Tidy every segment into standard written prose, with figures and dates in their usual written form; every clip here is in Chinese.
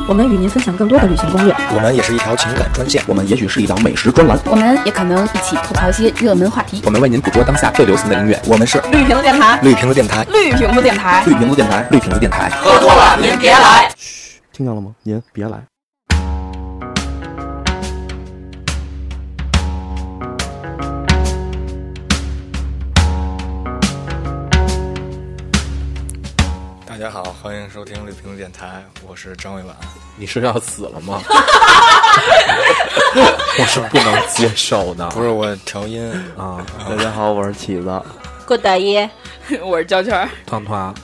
我们与您分享更多的旅行攻略。 我们也是一条情感专线，我们也许是一档美食专栏， 我们也可能一起吐槽一些热门话题。 我们为您捕捉当下最流行的音乐。 我们是绿瓶子电台， 绿瓶子电台， 绿瓶子电台， 绿瓶子电台，绿瓶子电台。 喝多了您别来。 嘘，听到了吗？您别来。大家好，欢迎收听绿瓶子电台，我是张伟婉。 你是要死了吗？我是不能接受的。 不是我调音啊！ 大家好，我是起子。 郭大爷， 我是焦圈。 团团啊，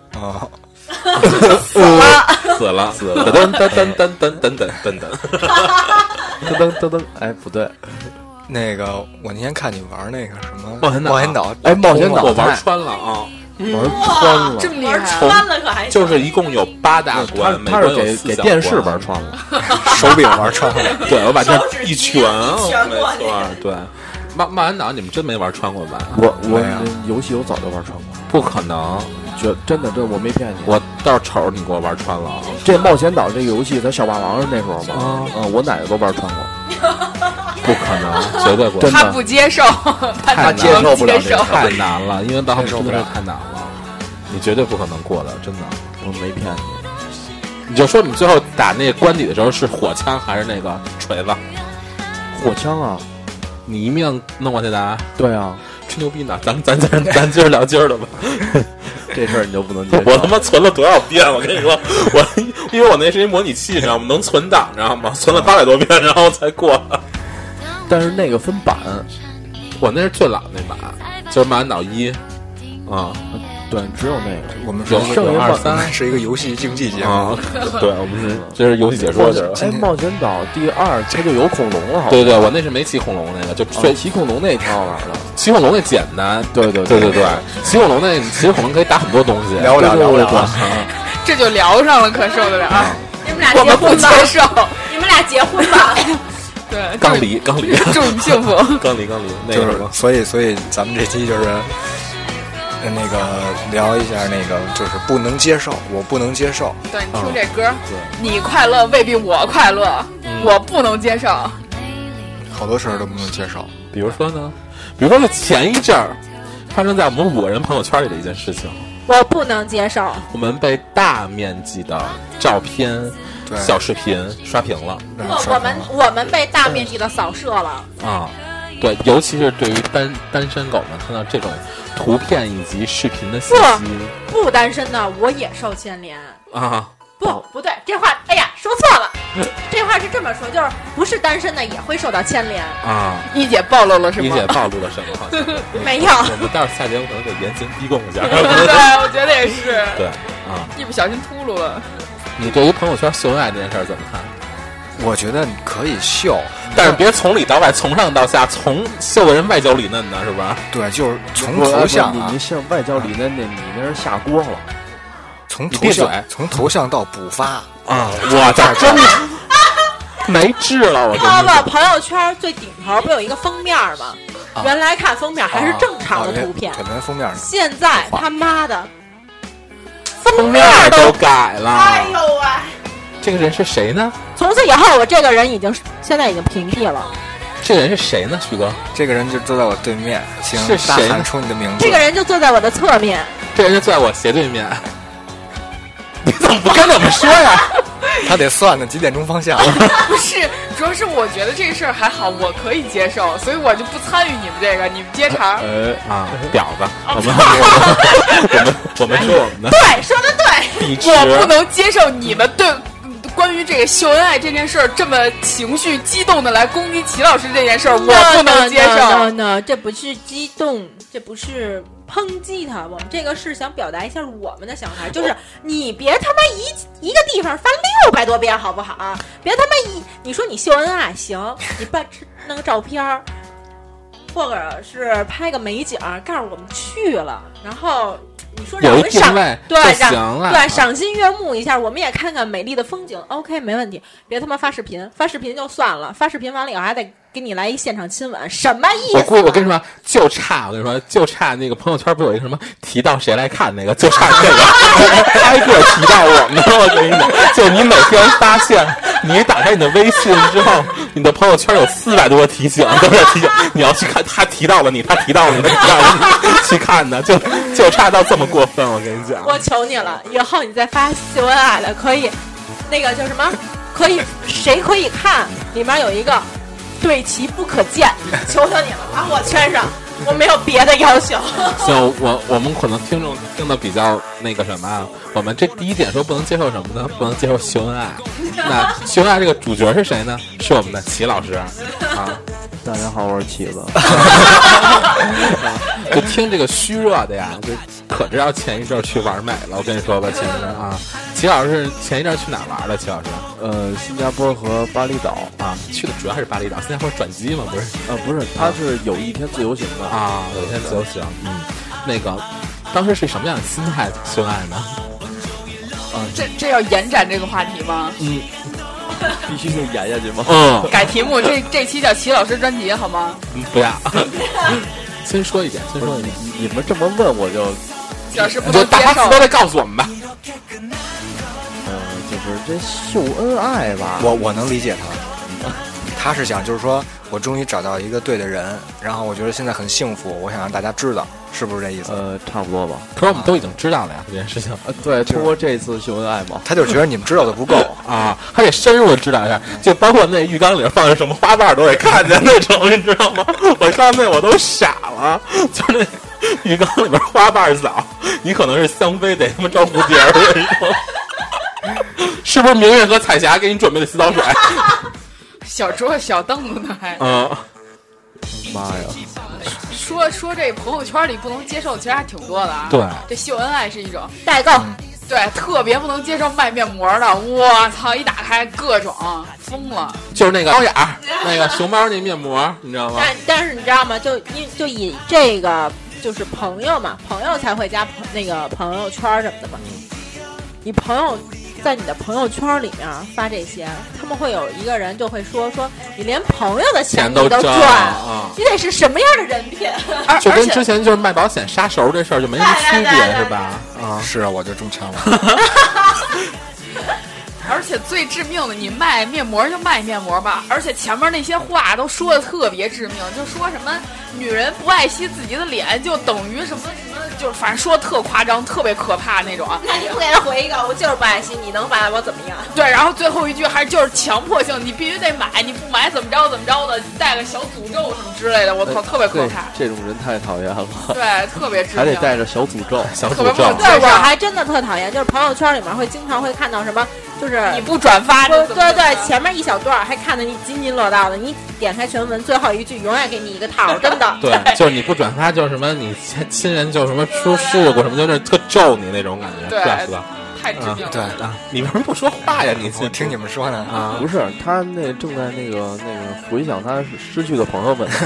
死了， 噔噔噔噔噔噔噔噔噔，哎，不对， 那个我那天看你玩那个什么冒险岛， 哎，冒险岛我玩穿了啊。 玩穿了， 这么厉害！ 穿了可还就是一共有8大关， 他是给电视玩穿了， 手柄玩穿了。 对，我把这一拳，没过错，对。冒险岛你们真没玩穿过吧？ 我游戏我早就玩穿过， 不可能， 真的我没骗你。 我倒是瞅着你给我玩穿了。 这冒险岛这个游戏在小霸王那时候嘛，我奶奶都玩穿过。 不可能，绝对不可能。 他不接受， 他接受不了这个， 太难了，因为到后面真的是太难了，你绝对不可能过的，真的， 我没骗你。 你就说你最后打那个关底的时候是火枪还是那个锤子？ 火枪啊！ 你一命弄过去的？ 对啊， 吹牛逼呢！咱今儿聊今儿的吧。 这事儿你就不能接受。 我他妈存了多少遍？我跟你说，因为我那是一模拟器，你知道吗？能存档，知道吗？存了800多遍，然后才过。 但是那个分版， 我那是最老那版，就是冒险岛1啊。 对，只有那个。 我们有2、3 是一个游戏竞技节目。 对，我们是这是游戏解说去了。 哎，冒险岛第2它就有恐龙了，好。 对，我那是没骑恐龙那个，就骑恐龙那挺好玩的。 骑恐龙那简单，对，骑恐龙那骑恐龙可以打很多东西。 聊不了， 这就聊上了，可受得了。 你们俩我们不接受， 你们俩结婚吧。 对，刚离， 祝你幸福。 刚离， 就是，所以咱们这期就是那个聊一下那个，就是不能接受，我不能接受。 对，你听这歌，你快乐未必我快乐，我不能接受。 好多事儿都不能接受， 比如说呢？比如说是前一阵儿发生在我们5个人朋友圈里的一件事情， 我不能接受。 我们被大面积的照片、小视频刷屏了。 我们被大面积的扫射了啊！对，尤其是对于单身狗们，看到这种图片以及视频的信息， 不单身的我也受牵连啊！ 不对，这话哎呀说错了，这话是这么说，就是不是单身的也会受到牵连啊！ 一姐暴露了是吗？ 一姐暴露了什么？ 没有， 我们待会儿下节目可能得严刑逼供一下。 对，我觉得也是。 对啊， 一不小心秃噜了。 你对于朋友圈秀恩爱这件事儿怎么看？ 我觉得你可以秀， 但是别从里到外，从上到下，从秀的人外焦里嫩的是吧？ 对，就是从头像啊， 你像外焦里嫩那，你那是下锅了。 从头像到补发啊！我这真没治了，我知道吧？朋友圈最顶头不有一个封面吗？原来看封面还是正常的图片， 封面现在他妈的封面都改了。 哎呦喂！ 这个人是谁呢？ 从此以后，我这个人现在已经屏蔽了。 这个人是谁呢，徐哥？ 这个人就坐在我对面，请大喊出你的名字。 这个人就坐在我的侧面。 这个人就坐在我斜对面。你怎么不跟我们说呀？ 他得算呢，几点钟方向？ 不是，主要是我觉得这事儿还好，我可以接受，所以我就不参与你们这个，你们接茬。 婊子，我们说我们的。 对，说的对。 我不能接受你们对关于这个秀恩爱这件事儿这么情绪激动的来攻击齐老师这件事儿，我不能接受。 No， 这不是激动，这不是抨击他，我们这个是想表达一下我们的想法，就是你别他妈一个地方翻600多遍好不好？别他妈你说你秀恩爱行，你弄个照片，或者是拍个美景，告诉我们去了，然后你说让我有一们赏定位对就行了。 对，赏心悦目一下，我们也看看美丽的风景。OK， 没问题。别他妈发视频，发视频就算了，发视频完了以后还得给你来一现场亲吻，什么意思？ 我跟你说，就差那个朋友圈不有一个什么提到谁来看那个，就差这个挨个提到我们。我跟你讲，就你每天发现你打开你的微信之后，你的朋友圈有400多个提醒，都在提醒你要去看，他提到了你，他提到了你，他提到了你去看的，就差到这么过分。我跟你讲， 我求你了，以后你再发秀恩爱的，可以，那个叫什么？可以谁可以看？里面有一个对其不可见，求求你了，把我圈上，我没有别的要求。 行，我们可能听众听的比较那个什么啊，我们这第一点说不能接受什么呢？不能接受秀恩爱。那秀恩爱这个主角是谁呢？是我们的齐老师啊。 大家好，我是起子。 就听这个虚热的呀，就可知道前一阵去玩美了。我跟你说吧，前一阵啊，齐老师前一阵去哪玩了？齐老师， 新加坡和巴厘岛啊，去的主要还是巴厘岛。新加坡转机嘛，不是？ 不是，他是有一天自由行的啊，有一天自由行。那个当时是什么样的心态秀恩爱呢？ 这要延展这个话题吗？ 必须得演下去吗？ 改题目，这期叫齐老师专辑好吗？ 不要，先说一点。 你们这么问我就， 齐老师不能接受。 大家都来告诉我们吧。 就是这秀恩爱吧， 我能理解他，他是想就是说我终于找到一个对的人，然后我觉得现在很幸福，我想让大家知道，是不是这意思？ 差不多吧。 可是我们都已经知道了呀，这件事情。 对，通过这次秀恩爱嘛， 他就觉得你们知道的不够啊，还得深入的知道一下，就包括那浴缸里放着什么花瓣都得看见那种，你知道吗？我看那我都傻了，就是那浴缸里边花瓣早，你可能是香妃得他妈招蝴蝶儿那种。是不是明月和彩霞给你准备的洗澡水？ 小桌小凳子呢还？ 妈呀！ 说这朋友圈里不能接受，其实还挺多的啊。 对， 这秀恩爱是一种代购。 对，特别不能接受卖面膜的，我操！一打开各种疯了， 就是那个猫眼儿，那个熊猫那面膜，你知道吗？ 但是你知道吗？就以这个就是朋友嘛，朋友才会加那个朋友圈什么的嘛。你朋友在你的朋友圈里面发这些，他们会有一个人就会说你连朋友的钱都赚，你得是什么样的人品？ 就跟之前就是卖保险杀熟这事儿就没什么区别，是吧？ 是啊，我就中枪了。 而且最致命的，你卖面膜就卖面膜吧，而且前面那些话都说的特别致命，就说什么女人不爱惜自己的脸就等于什么什么，就是反正说特夸张，特别可怕那种。 那你不给他回一个，我就是不爱惜，你能把我怎么样？ 对，然后最后一句还就是强迫性，你必须得买，你不买怎么着怎么着的，带个小诅咒什么之类的，我操，特别可怕。 这种人太讨厌了。 对，特别致命。 还得带着小诅咒， 小诅咒。 对，我还真的特讨厌，就是朋友圈里面会经常会看到什么。就是你不转发， 对，前面一小段还看得你津津乐道的，你点开全文最后一句永远给你一个套，真的。 对，就是你不转发就是什么，你亲人就是什么出事故什么，就是特咒你那种感觉，是吧？ 太致命了。 对啊，你为什么不说话呀？你我听你们说呢啊？不是，他那正在那个回想他失去的朋友们。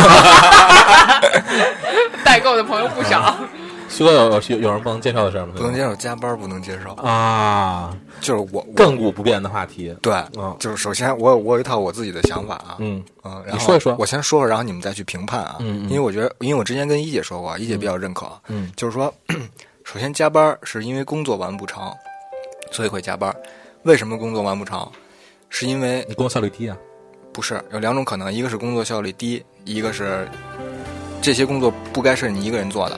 代购的朋友不少。 徐哥有人不能接受的事吗？ 不能接受加班，不能接受啊！ 就是我亘古不变的话题。 对，就是首先我有一套我自己的想法啊，然后你说一说， 我先说说，然后你们再去评判啊，因为我觉得，因为我之前跟一姐说过，一姐比较认可，就是说，首先加班是因为工作完不成，所以会加班。为什么工作完不成？是因为你工作效率低啊？ 不是，有两种可能，一个是工作效率低，一个是这些工作不该是你一个人做的。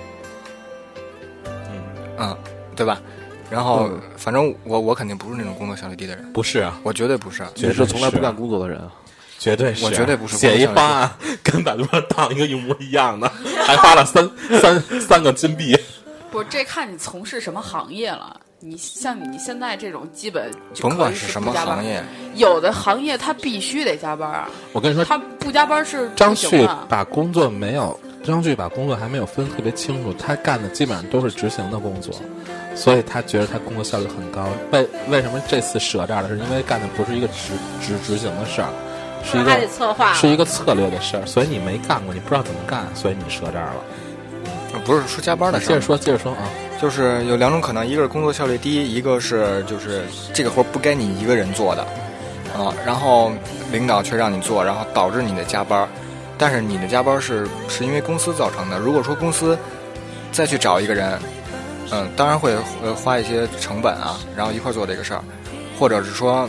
对吧？然后，反正我肯定不是那种工作效率低的人， 不是啊， 我绝对不是， 你是从来不干工作的人啊， 绝对是， 我绝对不是。 写一方案跟百度上当一个一模一样的，还花了三个金币。 不，这看你从事什么行业了。你像你现在这种基本就甭管是什么行业， 有的行业他必须得加班啊。 我跟你说， 他不加班是张旭把工作还没有分特别清楚，他干的基本上都是执行的工作，所以他觉得他工作效率很高。为什么这次折这儿了？是因为干的不是一个执行的事儿，是一个策略的事儿，所以你没干过，你不知道怎么干，所以你折这儿了。 不是说加班的事儿。 接着说啊， 就是有两种可能，一个是工作效率低，一个是就是这个活不该你一个人做的，然后领导却让你做，然后导致你的加班，但是你的加班是因为公司造成的。如果说公司再去找一个人，当然会花一些成本啊，然后一块做这个事儿，或者是说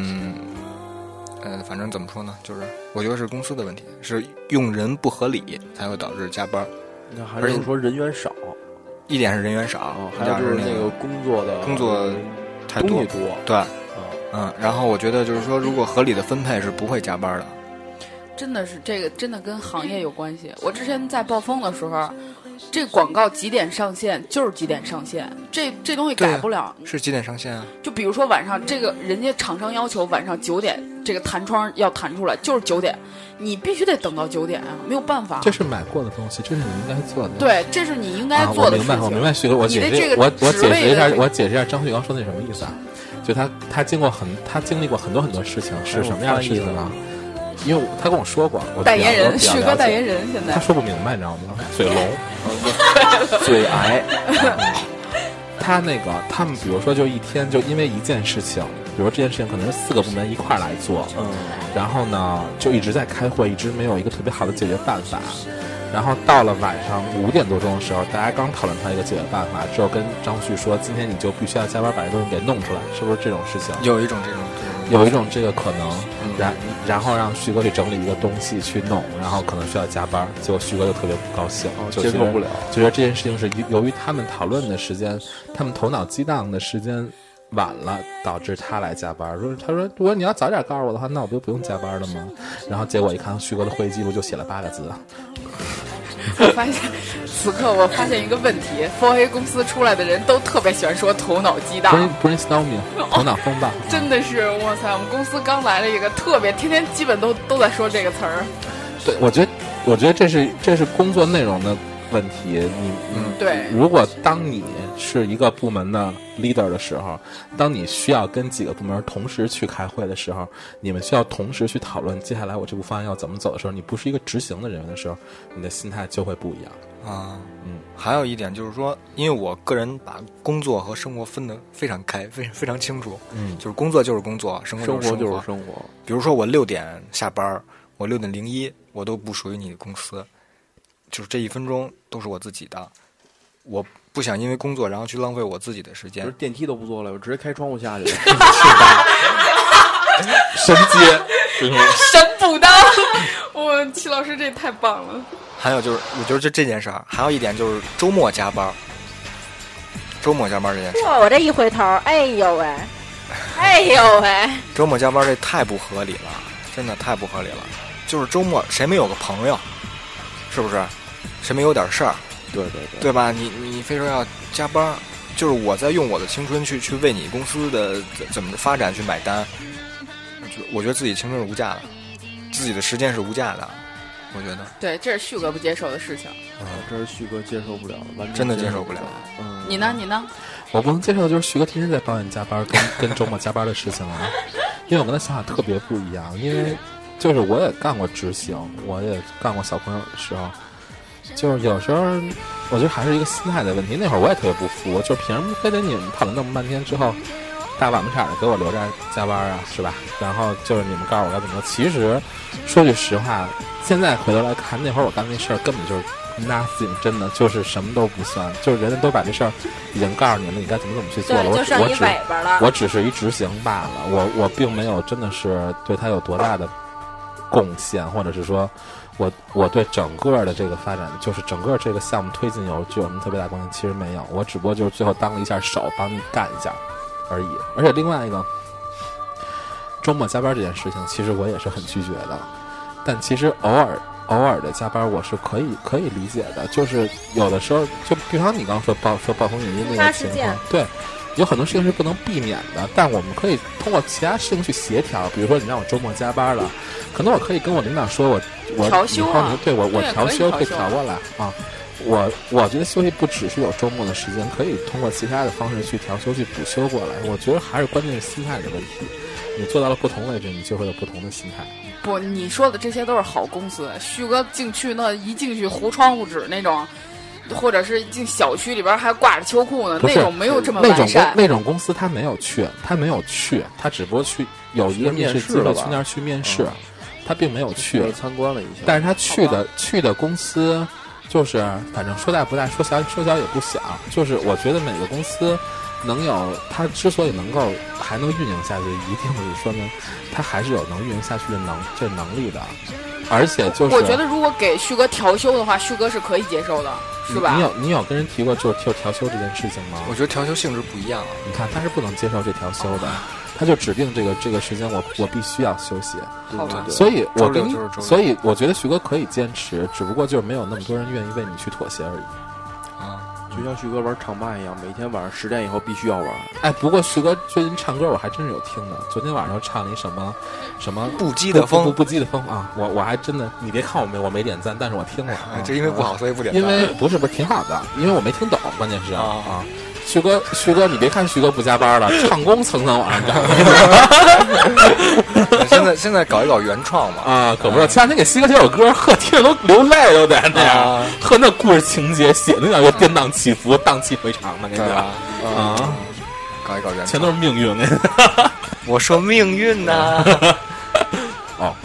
反正怎么说呢，就是我觉得是公司的问题，是用人不合理才会导致加班。 那还是说人员少， 一点是人员少， 还有就是那个工作太多，对，然后我觉得就是说，如果合理的分配是不会加班的。 真的是这个，真的跟行业有关系。我之前在暴风的时候，这广告几点上线就是几点上线，这东西改不了。 是几点上线啊？ 就比如说晚上这个人家厂商要求晚上9点这个弹窗要弹出来，就是9点，你必须得等到9点啊，没有办法。 这是买过的东西，这是你应该做的。 对，这是你应该做的事情。 我明白，旭哥，我解释一下张旭刚说那什么意思啊？就他经历过很多很多事情，是什么样的事情呢？因为他跟我说过， 代言人，旭哥代言人，现在他说不明白，你知道吗？嘴聋， 嘴癌。 他们比如说就一天就因为一件事情，比如说这件事情可能是4个部门一块来做，然后呢就一直在开会，一直没有一个特别好的解决办法。然后到了晚上5点多钟的时候，大家刚讨论出来一个解决办法之后，跟张旭说，今天你就必须要加班把这东西给弄出来，是不是这种事情？ 有一种这个可能，然后让旭哥去整理一个东西去弄，然后可能需要加班，结果旭哥就特别不高兴，就接受不了， 觉得这件事情是由于他们讨论的时间，他们头脑激荡的时间晚了，导致他来加班。他说如果你要早点告诉我的话，那我不用加班了吗？然后结果一看旭哥的会议记录就写了8个字。 此刻我发现一个问题 ，4A 公司出来的人都特别喜欢说头脑激荡 ，brainstorming， 头脑风暴， 真的是哇塞！我们公司刚来了一个特别，天天基本都在说这个词儿。 对，我觉得这是工作内容的问题。 对， 如果当你是一个部门的 leader 的时候，当你需要跟几个部门同时去开会的时候，你们需要同时去讨论接下来我这部方案要怎么走的时候，你不是一个执行的人员的时候，你的心态就会不一样啊。还有一点就是说，因为我个人把工作和生活分得非常开，非常清楚。就是工作就是工作，生活就是生活。比如说我6点下班，我6点01，我都不属于你的公司，就是这1分钟都是我自己的。我不想因为工作然后去浪费我自己的时间， 电梯都不坐了，我直接开窗户下去。 神接， 神补刀。我齐老师这太棒了。 还有就是，我觉得这件事儿，还有一点就是周末加班这件事。 哇，我这一回头，哎呦喂， 周末加班这太不合理了，真的太不合理了。就是周末谁没有个朋友，是不是？谁没有点事儿？对吧？你非说要加班，就是我在用我的青春去为你公司的怎么发展去买单。我觉得自己青春是无价的，自己的时间是无价的。我觉得对，这是旭哥不接受的事情。 这是旭哥接受不了的， 真的接受不了。 你呢？ 我不能接受的就是旭哥天天在抱怨加班跟周末加班的事情啊，因为我跟他想法特别不一样。因为就是我也干过执行，我也干过小朋友的时候。就是有时候我觉得还是一个心态的问题。那会儿我也特别不服，就凭什么非得你们讨论那么半天之后大晚不差的给我留着加班啊，是吧？然后就是你们告诉我该怎么做。其实说句实话，现在回头来看，那会儿我干那事儿根本就是 nothing， 真的就是什么都不算，就是人家都把这事儿已经告诉你了，你该怎么去做了。我只是一执行罢了，我并没有真的是对他有多大的贡献，或者是说我对整个的这个发展，就是整个这个项目推进有什么特别大贡献？其实没有，我只不过就是最后当了一下手，帮你干一下而已。而且另外一个，周末加班这件事情，其实我也是很拒绝的。但其实偶尔的加班，我是可以理解的。就是有的时候，就比方你刚刚说暴风雨那个情况，对。有很多事情是不能避免的，但我们可以通过其他事情去协调。比如说，你让我周末加班了，可能我可以跟我领导说，我调休啊， 对我调休可以调过来啊。我觉得休息不只是有周末的时间，可以通过其他的方式去调休去补休过来。我觉得还是关键是心态的问题。你做到了不同位置，你就会有不同的心态。 不，你说的这些都是好公司。旭哥一进去糊窗户纸那种。 或者是进小区里边还挂着秋裤呢，那种没有这么完善。 那种公司他没有去，他只不过去有一个面试机会去那儿去面试，他并没有去参观了一下。 但是他去的公司就是反正说大不大，说小也不小，就是我觉得每个公司能有他之所以能够还能运营下去，一定是说明他还是有能运营下去的能力的。而且就是我觉得如果给旭哥调休的话，旭哥是可以接受的，是吧？ 你有跟人提过就调休这件事情吗？ 我觉得调休性质不一样啊。 你看他是不能接受这调休的，他就指定这个时间我必须要休息。 对， 所以所以我觉得旭哥可以坚持，只不过就是没有那么多人愿意为你去妥协而已。 就像旭哥玩唱吧一样，每天晚上10点以后必须要玩。 哎，不过旭哥最近唱歌我还真是有听的，昨天晚上唱了一什么不羁的风， 不羁的风啊！我还真的，你别看我没点赞，但是我听了。 就因为不好，所以不点赞。 因为不是挺好的，因为我没听懂，关键是啊。旭哥，你别看旭哥不加班了，唱功层层往上涨。 现在搞一搞原创嘛啊，可不是。前两天给西哥这首歌，呵，听着都流泪，都得那样。呵，那故事情节写的那叫跌宕起伏、荡气回肠的，跟你讲啊。 搞一搞原创， 全都是命运。 我说命运呐。 哦。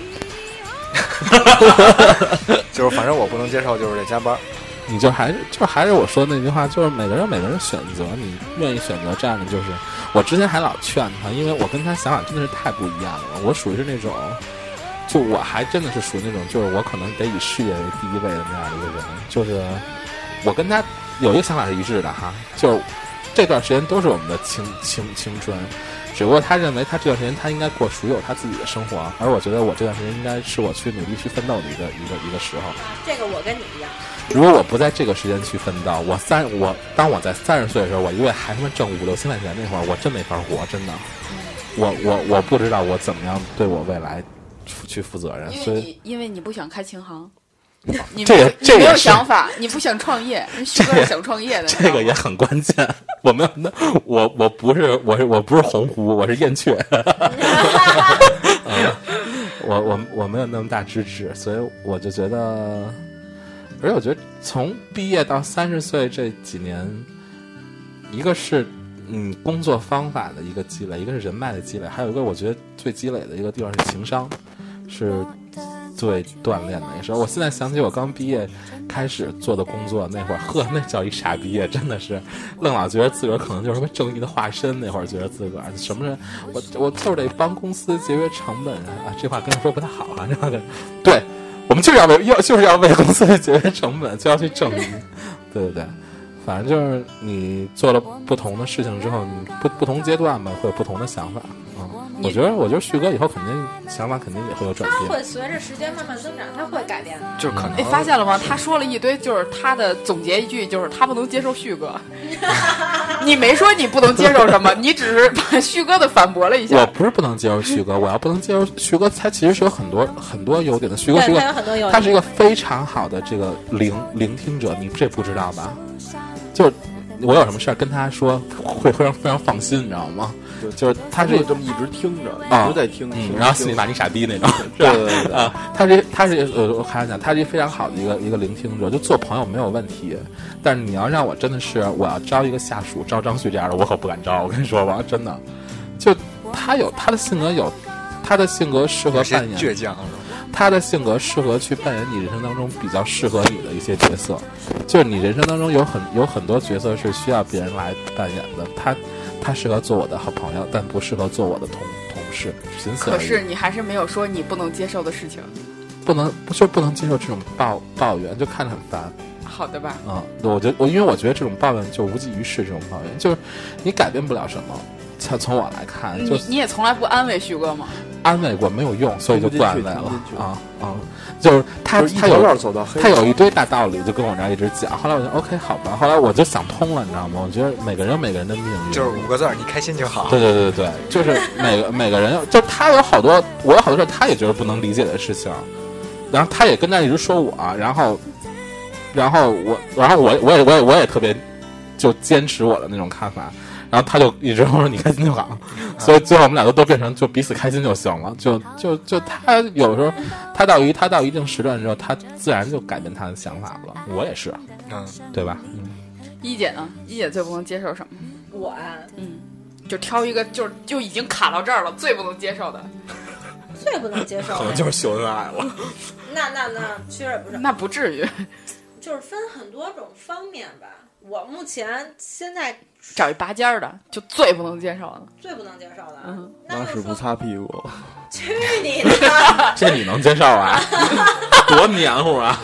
就是反正我不能接受，就是这加班。 你就还是我说的那句话，就是每个人选择，你愿意选择这样的，就是我之前还老劝他，因为我跟他想法真的是太不一样了。我属于是那种，就我还真的是属于那种，就是我可能得以事业为第一位的那样的一个人。就是我跟他有一个想法是一致的哈，就是这段时间都是我们的青春，只不过他认为他这段时间他应该过属于有他自己的生活，而我觉得我这段时间应该是我去努力去奋斗的一个时候。 这个我跟你一样。 如果我不在这个时间去奋斗，当我在30岁的时候，我一个月还他妈挣5、6千块钱那会儿，我真没法活，真的。我不知道我怎么样对我未来去负责任，所以因为你不想开琴行，你没有想法，你不想创业，旭哥是想创业的， 这个也很关键。我没有我不是鸿鹄，我是燕雀。我没有那么大资质，所以我就觉得。而且我觉得从毕业到30岁这几年，一个是工作方法的一个积累，一个是人脉的积累，还有一个我觉得最积累的一个地方是情商，是最锻炼的一个时候。我现在想起我刚毕业开始做的工作那会儿，呵，那叫一傻逼，真的是愣老觉得自个儿可能就是什么正义的化身。那会儿觉得自个儿什么人，我就是得帮公司节约成本啊！这话跟人说不太好啊，这话对。我们就是要为公司节约成本，就要去正义，对，反正就是你做了不同的事情之后，你不同阶段吧，会有不同的想法。我觉得旭哥以后肯定想法肯定也会有转变， 他会随着时间慢慢增长，他会改变的。 就是可能你发现了吗？他说了一堆，就是他的总结一句，就是他不能接受旭哥。你没说你不能接受什么，你只是把旭哥的反驳了一下。 我不是不能接受旭哥，我要不能接受旭哥，他其实是有很多优点的。旭哥是一个，他是一个非常好的这个聆听者，你这不知道吧？就是我有什么事儿跟他说，会非常放心，你知道吗？就是他是这么一直听着，一直在听， 然后心里骂你傻逼那种。 对啊，他是我还想讲，他是一个非常好的一个聆听者，就做朋友没有问题。但是你要让我真的是我要招一个下属，招张旭这样的，我可不敢招。我跟你说吧，真的，就他的性格他的性格适合扮演倔强。 他的性格适合去扮演你人生当中比较适合你的一些角色，就是你人生当中有很多角色是需要别人来扮演的。他适合做我的好朋友，但不适合做我的同事。仅此而已。 可是你还是没有说你不能接受的事情。 不能接受这种抱怨，就看着很烦。 好的吧？ 因为我觉得这种抱怨就无济于事，这种抱怨就是你改变不了什么。从我来看， 你也从来不安慰旭哥吗？ 安慰过没有用，所以就不安慰了就是他有一堆大道理，就跟我这儿一直讲。后来我就 OK 好吧，后来我就想通了，你知道吗？我觉得每个人有每个人的命运， 就是5个字，你开心就好。 对，就是每个人，就他有好多，我有好多事他也觉得不能理解的事情，然后他也跟那一直说我，然后我也特别就坚持我的那种看法。 然后他就一直说你开心就好，所以最后我们俩都变成就彼此开心就行了。就他有时候他到一定时段之后，他自然就改变他的想法了。我也是，对吧？ 一姐呢？一姐最不能接受什么？ 我啊， 就挑一个，就已经卡到这儿了，最不能接受的。 最不能接受可能就是秀恩爱了。 那其实也不是， 那不至于， 就是分很多种方面吧。我目前现在找一拔尖儿的，就最不能接受的， 最不能接受的， 拉屎不擦屁股， 去你的！ 这你能接受啊？多黏糊啊！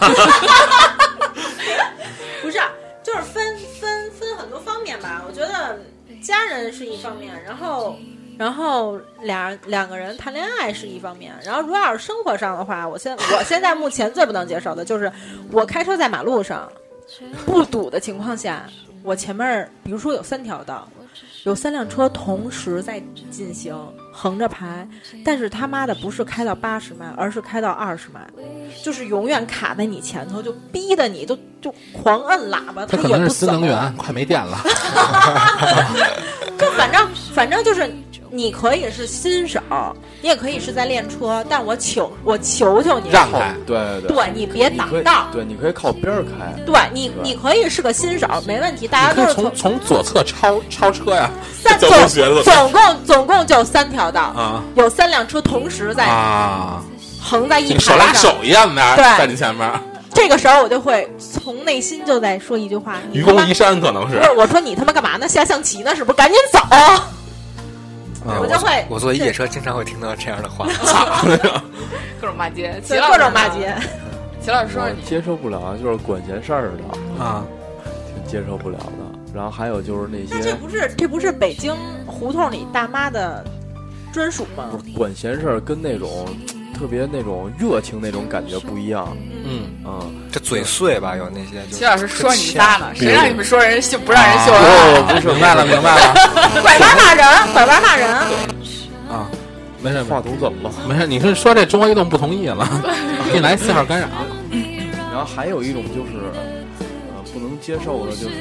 不是，就是分很多方面吧。我觉得家人是一方面，然后两个人谈恋爱是一方面，然后如果要是生活上的话，我现在目前最不能接受的就是我开车在马路上不堵的情况下，我前面比如说有3条道，有3辆车同时在进行横着排，但是他妈的不是开到80迈，而是开到20迈，就是永远卡在你前头，就逼得你就狂摁喇叭， 他可能是新能源快没电了。 就反正就是你可以是新手，你也可以是在练车，但我求求你让开， 对你别挡道， 对，你可以靠边儿开， 对你可以是个新手没问题，大家都是从左侧超车呀， 总共就3条道啊， 有3辆车同时在横在一排上， 手拉手一样的在你前面。 这个时候我就会从内心就在说一句话： 愚公移山可能是。 不是，我说你他妈干嘛呢？下象棋呢？是不是？赶紧走！我就会， 我坐一夜车经常会听到这样的话， 各种骂街， 各种骂街。 齐老师说你接受不了，就是管闲事儿的啊， 挺接受不了的。然后还有就是那些， 这不是北京胡同里大妈的专属吗？ 不是管闲事儿跟那种特别那种热情那种感觉不一样。 这嘴碎吧，有那些。 齐老师说你们仨呢，谁让你们说人秀不让人秀不是明白了， 拐弯骂人啊！没事， 话筒怎么了？ 没事，你是说这中国移动不同意了，给你来信号干扰。 然后还有一种就是，不能接受的就是，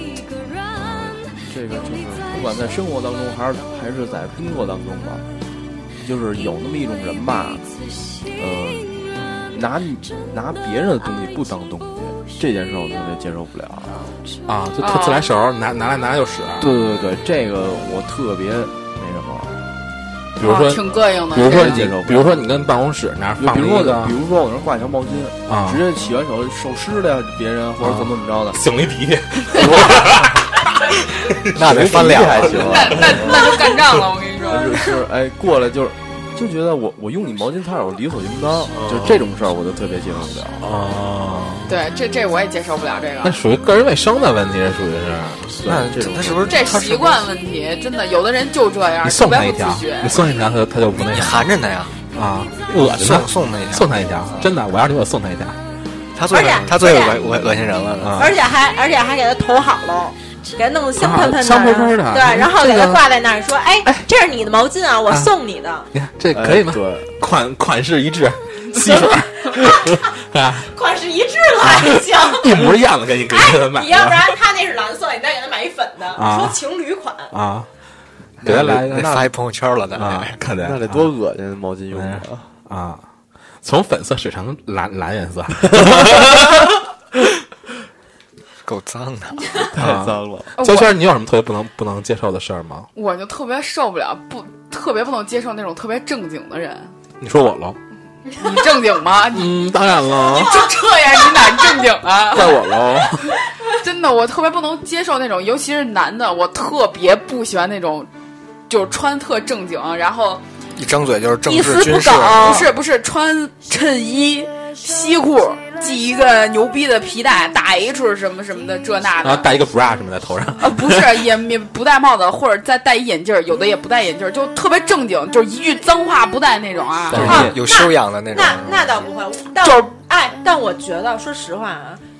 这个就是不管在生活当中还是在工作当中吧，就是有那么一种人吧，拿别人的东西不当东西，这件事我特别接受不了啊，就特自来熟，拿来就使。 对，这个我特别那什么。 比如说挺膈应的， 比如说你跟办公室那儿放一个， 比如说我那挂一条毛巾啊，直接洗完手手湿了，别人或者怎么着的， 擤一鼻涕， 那得翻脸还行， 那就干仗了，我跟你说， 是过来就觉得我用你毛巾擦手理所应当，就是这种事儿我就特别接受不了对，这我也接受不了这个。 那属于个人卫生的问题，属于是。 那这种他是不是这习惯问题？真的，有的人就这样。 你送他一条，他就不那。 你含着他呀啊，恶心他， 送他一条，真的，我要是你，我送他一条。 他最恶心人了， 而且还给他投好了。给他弄得香喷喷的， 香喷喷的， 对，然后给他挂在那儿，说：“哎，这是你的毛巾啊，我送你的。” 你看这可以吗？ 对， 款式一致，吸水啊，款式一致了还行， 一模一样的，给你买。 你要不然他那是蓝色，你再给他买一粉的，说情侣款啊，给他来一个， 发一朋友圈了， 看见那得多恶心，毛巾用的啊，从粉色水成蓝颜色。 够脏的， 太脏了。 焦圈，你有什么特别不能接受的事儿吗？ 我就特别受不了，特别不能接受那种特别正经的人。 你说我喽？ 你正经吗？ 当然了。 你就这样，你哪正经啊？ 怪我喽。 真的，我特别不能接受那种，尤其是男的，我特别不喜欢那种，就是穿特正经，然后一张嘴就是政治军事， 不是穿衬衣西裤。系一个牛逼的皮带，大 H 什么什么的，这那的， 然后戴一个 bra 什么在头上。 不是，也不戴帽子，或者再戴一眼镜，有的也不戴眼镜，就特别正经，就是一句脏话不带那种啊。 有修养的那种。 那倒不会，但我觉得，说实话啊，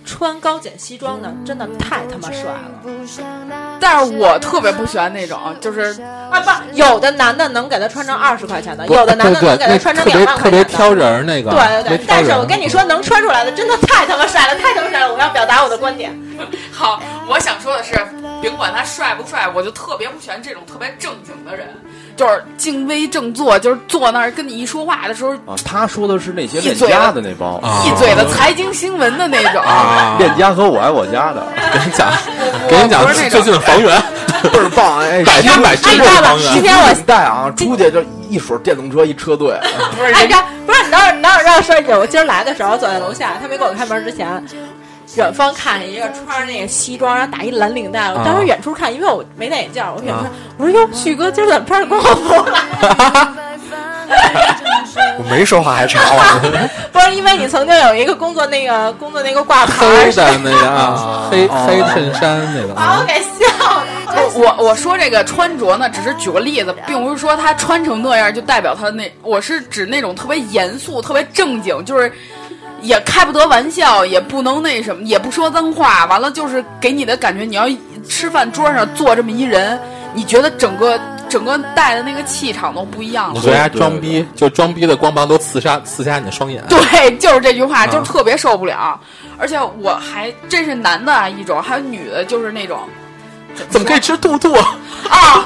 穿高剪西装的真的太他妈帅了。 但是我特别不喜欢那种，就是不，有的男的能给他穿成20块钱的，有的男的能给他穿成2万块钱的， 特别挑人那个。 对，但是我跟你说，能穿出来的真的太他妈帅了，太他妈帅了！我要表达我的观点。 好，我想说的是，甭管他帅不帅，我就特别不喜欢这种特别正经的人，就是静微正坐，就是坐那儿跟你一说话的时候他说的是那些链家的那帮， 一嘴的财经新闻的那种链家和我爱我家的。 给你讲最近的房源倍儿棒，哎， 百分百真的房源。 今天我带啊，出去就一水电动车一车队。 不是，不是，你等会儿说，我今儿来的时候坐在楼下，他没给我开门之前。远方看见一个穿着那个西装，然后打一蓝领带。我当时远处看，因为我没戴眼镜，我远处看，我说哟，旭哥今儿怎么穿着工作服了？ 我没说话还插我， 不是因为你曾经有一个工作那个挂牌黑的那个黑衬衫那个， 把我给笑的。我说这个穿着呢，只是举个例子，并不是说他穿成那样就代表他那，我是指那种特别严肃、特别正经，就是也开不得玩笑，也不能那什么，也不说脏话，完了就是给你的感觉，你要吃饭桌上坐这么一人，你觉得整个带的那个气场都不一样了。 我觉得他装逼，就装逼的光芒都刺瞎你的双眼。 对，就是这句话，就是特别受不了。而且我还这是男的一种，还有女的，就是那种怎么可以吃兔兔啊？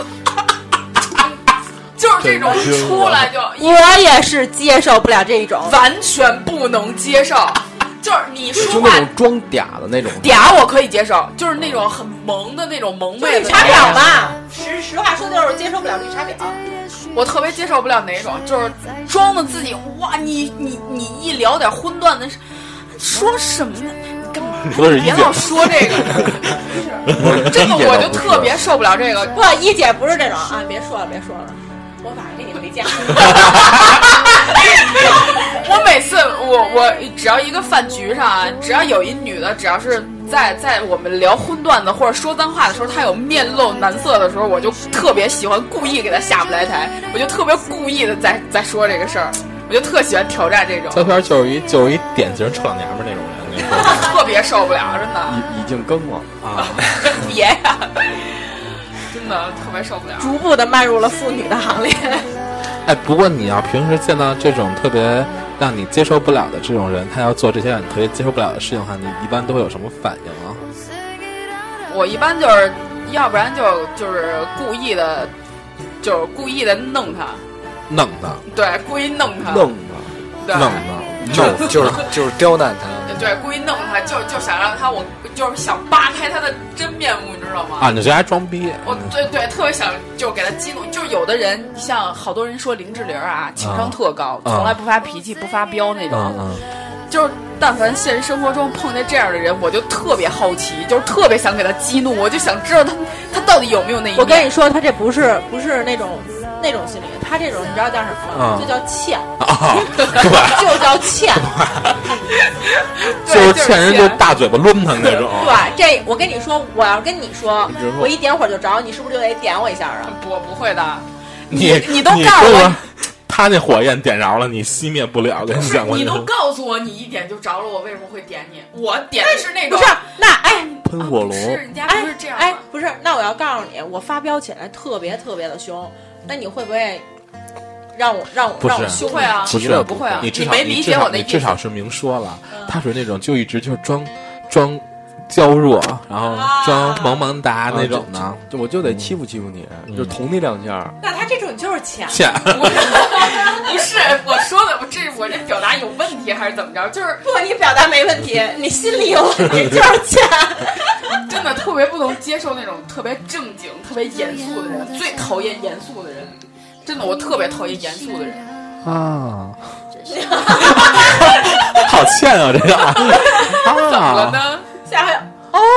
就是这种一出来就， 我也是接受不了这一种， 完全不能接受。就是你说话就那种装嗲的那种， 嗲我可以接受，就是那种很萌的那种萌妹绿茶婊嘛。实话说就是接受不了绿茶婊。 我特别接受不了哪种，就是装的自己哇，你一聊点荤段的，说什么呢？干嘛？别老说这个，真的我就特别受不了这个。 不，一姐不是这种啊，别说了，我晚上给你回家。 我每次我只要一个饭局上啊，只要有一女的，只要是在我们聊荤段子或者说脏话的时候，她有面露难色的时候，我就特别喜欢故意给她下不来台，我就特别故意的在说这个事儿，我就特喜欢挑战这种。 胶片就是一典型臭老娘们那种人， 特别受不了，真的。 已经更了啊！ 别呀，真的特别受不了， 逐步的迈入了妇女的行列。 哎，不过你要平时见到这种特别让你接受不了的这种人，他要做这些让你特别接受不了的事情的话，你一般都会有什么反应啊？ 我一般就是要不然就是故意的弄他，对，故意弄他， 就是刁难他， 对，故意弄他，就想让他，我就是想扒开他的真面目，你知道吗？ 啊，你觉得还装逼？ 我对，特别想就给他激怒。就是有的人像好多人说林志玲啊，情商特高，从来不发脾气、不发飙那种。就是但凡现实生活中碰见这样的人，我就特别好奇，就是特别想给他激怒，我就想知道他到底有没有那一面。 我跟你说，他这不是那种心理，他这种你知道叫什么吗？就叫欠，就叫欠， 就是欠人就大嘴巴抡他那种。 对，这我跟你说，我要跟你说，我一点火就着，你是不是就得点我一下啊？ 不会的， 你都告诉我。 他那火焰点着了，你熄灭不了。跟你讲过， 你都告诉我你一点就着了，我为什么会点你？我点的是那种不是那喷火龙， 是人家不是这样。 不是，那我要告诉你，我发飙起来特别的凶，那你会不会让我凶？ 会啊， 不是不会啊， 你没理解我的意思。 至少是明说了，他属于那种就一直就是装娇弱，然后装萌萌哒那种的， 我就得欺负你，就捅你两下。 那他这种就是欠。 不是我说的，我这表达有问题还是怎么着？就是不，你表达没问题，你心里有问题，就是欠。 真的特别不能接受那种特别正经、特别严肃的人，最讨厌严肃的人。真的，我特别讨厌严肃的人啊。好欠啊，这个怎么了呢？ 下回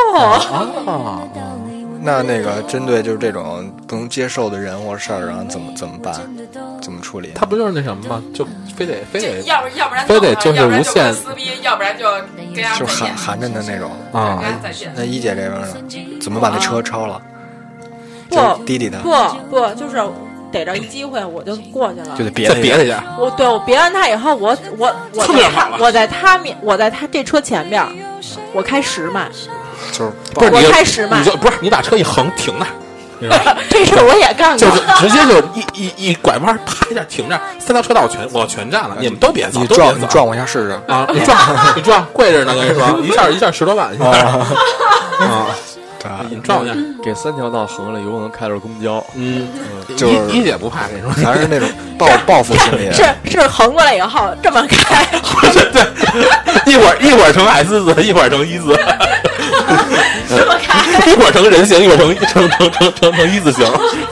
那个针对就是这种不能接受的人或事儿，然后怎么办？怎么处理？ 他不就是那什么吗？就非得， 要不然非得就是无限撕逼，要不然就跟就含着的那种啊。 那一姐这边呢？怎么把那车超了？ 不， 滴滴他。 不，就是逮着一机会我就过去了， 就得别他一下。 我别完他以后，我在他这车前边， 我开10迈， 就是我不是你开10迈你就不是你把车一横停那儿。 这事我也干过， 就是直接就一拐弯，啪一下停这儿，3条车道我全占了，你们都别走， 你都别走撞我一下试试啊！你撞，贵着呢，跟你说，一下10多万，啊！你撞一下， 给3条道横了，有可能开着公交。 就是一姐不怕，跟你说， 还是那种报复心理。 是横过来以后这么开， 对，一会儿成 S 字，一会儿成1字， 这么开， 一会儿成人形，一会儿成一字形。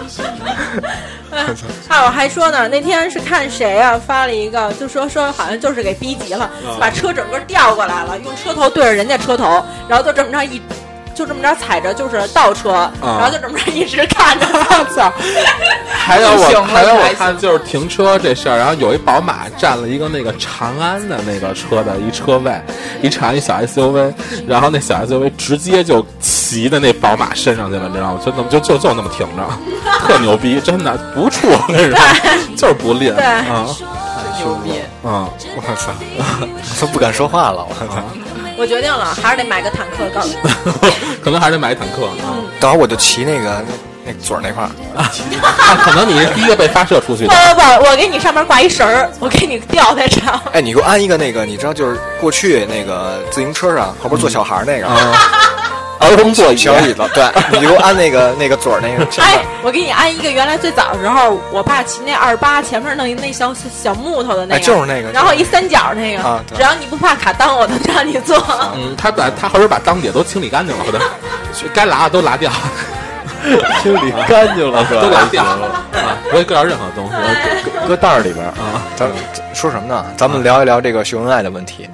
我还说呢，那天是看谁啊发了一个，就说好像就是给逼急了，把车整个调过来了，用车头对着人家车头，然后就这么着就这么着踩着就是倒车，然后就这么着一直看着，操！ 还有我看就是停车这事儿，然后有一宝马占了一个那个长安的那个车的一车位，长安一小 SUV， 然后那小 SUV 直接就骑在那宝马身上去了，你知道吗？就那么停着，特牛逼，真的不怵，我跟你说，就是不吝， 对啊， 牛逼， 我操，都不敢说话了，我操！ 我决定了，还是得买个坦克告诉你， 可能还是得买一坦克啊。 到时候我就骑那嘴儿那块儿， 可能你是第一个被发射出去的。 不，我给你上面挂一绳儿，我给你吊在上。 哎，你给我安一个那个，你知道就是过去那个自行车上后边坐小孩那个。 儿童座椅小椅子，对，你给我安那个嘴儿那个。 哎，我给你安一个，原来最早的时候，我爸骑那28前面弄一那小木头的那个， 就是那个， 然后一3角那个，只要你不怕卡裆，我能让你坐。 他后边把裆底都清理干净了，该拉的都拉掉， 清理干净了是吧？ 都拉掉了啊，不会搁点任何东西， 搁袋儿里边啊。 咱说什么呢？咱们聊一聊这个秀恩爱的问题。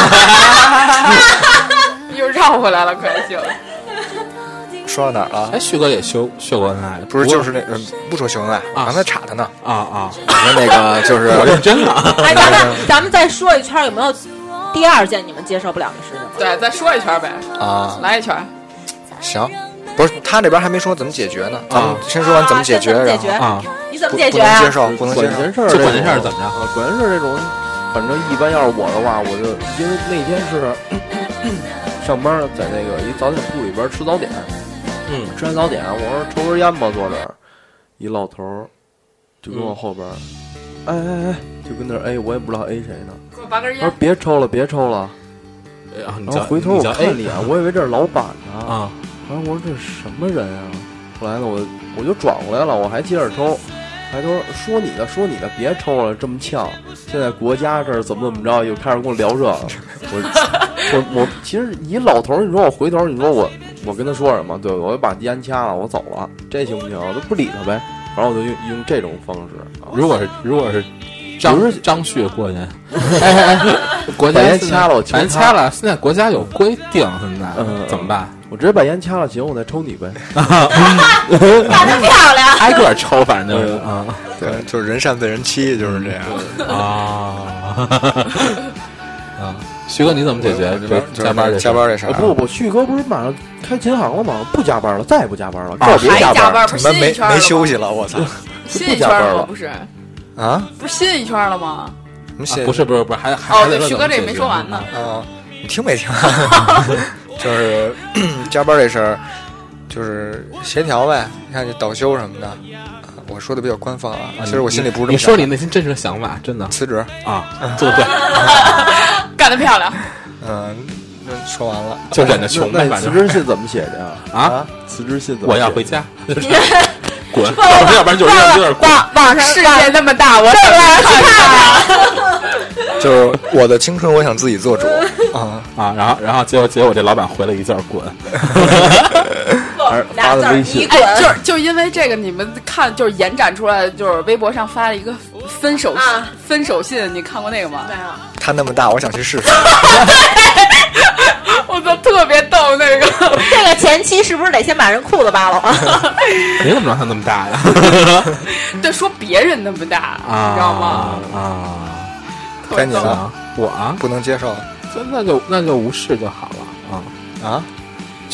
又绕回来了，可还行。 说到哪儿了？ 哎，旭哥也秀过恩爱的， 不是就是那不说秀恩爱，刚才插他呢。 啊！ 我说那个就是我认真了。 哎，咱们再说一圈，有没有第2件你们接受不了的事情？ 对，再说一圈呗。 啊， 来一圈。 行，不是他这边还没说怎么解决呢，咱们先说完怎么解决，然后你怎么解决啊？不能接受，不能接受。 管闲事儿， 就管闲事儿怎么着？ 管闲事儿这种，反正一般要是我的话，我就因为那天是上班，在那个一早点铺里边吃早点，吃完早点，我说抽根烟吧，坐这儿，一老头儿就跟我后边，哎，就跟那儿我也不知道谁呢， 给我拔根烟。 他说别抽了，别抽了。然后回头我看一眼，我以为这是老板呢啊，然后我说这是什么人啊？后来呢，我就转过来了，我还接着抽。还说说你的，别抽了，这么呛。现在国家这儿怎么着，又开始跟我聊这个。我其实一老头，你说我回头，你说我跟他说什么？对，我就把烟掐了，我走了，这行不行？我就不理他呗。然后我就用这种方式。 如果是张旭过去，国家烟掐了， 烟掐了，现在国家有规定，现在怎么办？ 我直接把烟掐了，行，我再抽你呗。 干得漂亮， 挨个抽，反正就是对，就是人善被人欺，就是这样啊。旭哥，你怎么解决加班这事儿？ 不，旭哥不是马上开琴行了吗？不加班了，再也不加班了，告别加班， 不是新一圈没休息了，我操！ 新一圈了吗？不是啊？ 不是新一圈了吗？ 不是，还对，旭哥这也没说完呢。 你听没听？就是加班这事儿，就是协调呗。你看这倒休什么的，我说的比较官方啊。其实我心里不是这么想。 你说你内心真实的想法，真的辞职啊，做得对， 干得漂亮。 那说完了， 就忍着穷呗。 辞职信怎么写的呀？ 啊， 辞职信怎么？ 我要回家。滚！要不然就是有点网上世界那么大，我怎么去看？就是我的青春，我想自己做主然后结果这老板回了一字滚， 发的微信。 哎，就因为这个，你们看，就是延展出来，就是微博上发了一个分手信，你看过那个吗？ 对啊。 他那么大，我想去试试。 我操，特别逗那个。 这个前期是不是得先把人裤子扒了？ 你怎么知道他那么大呀？ 对，说别人那么大，你知道吗？ 该你了， 我不能接受， 那就无视就好了啊！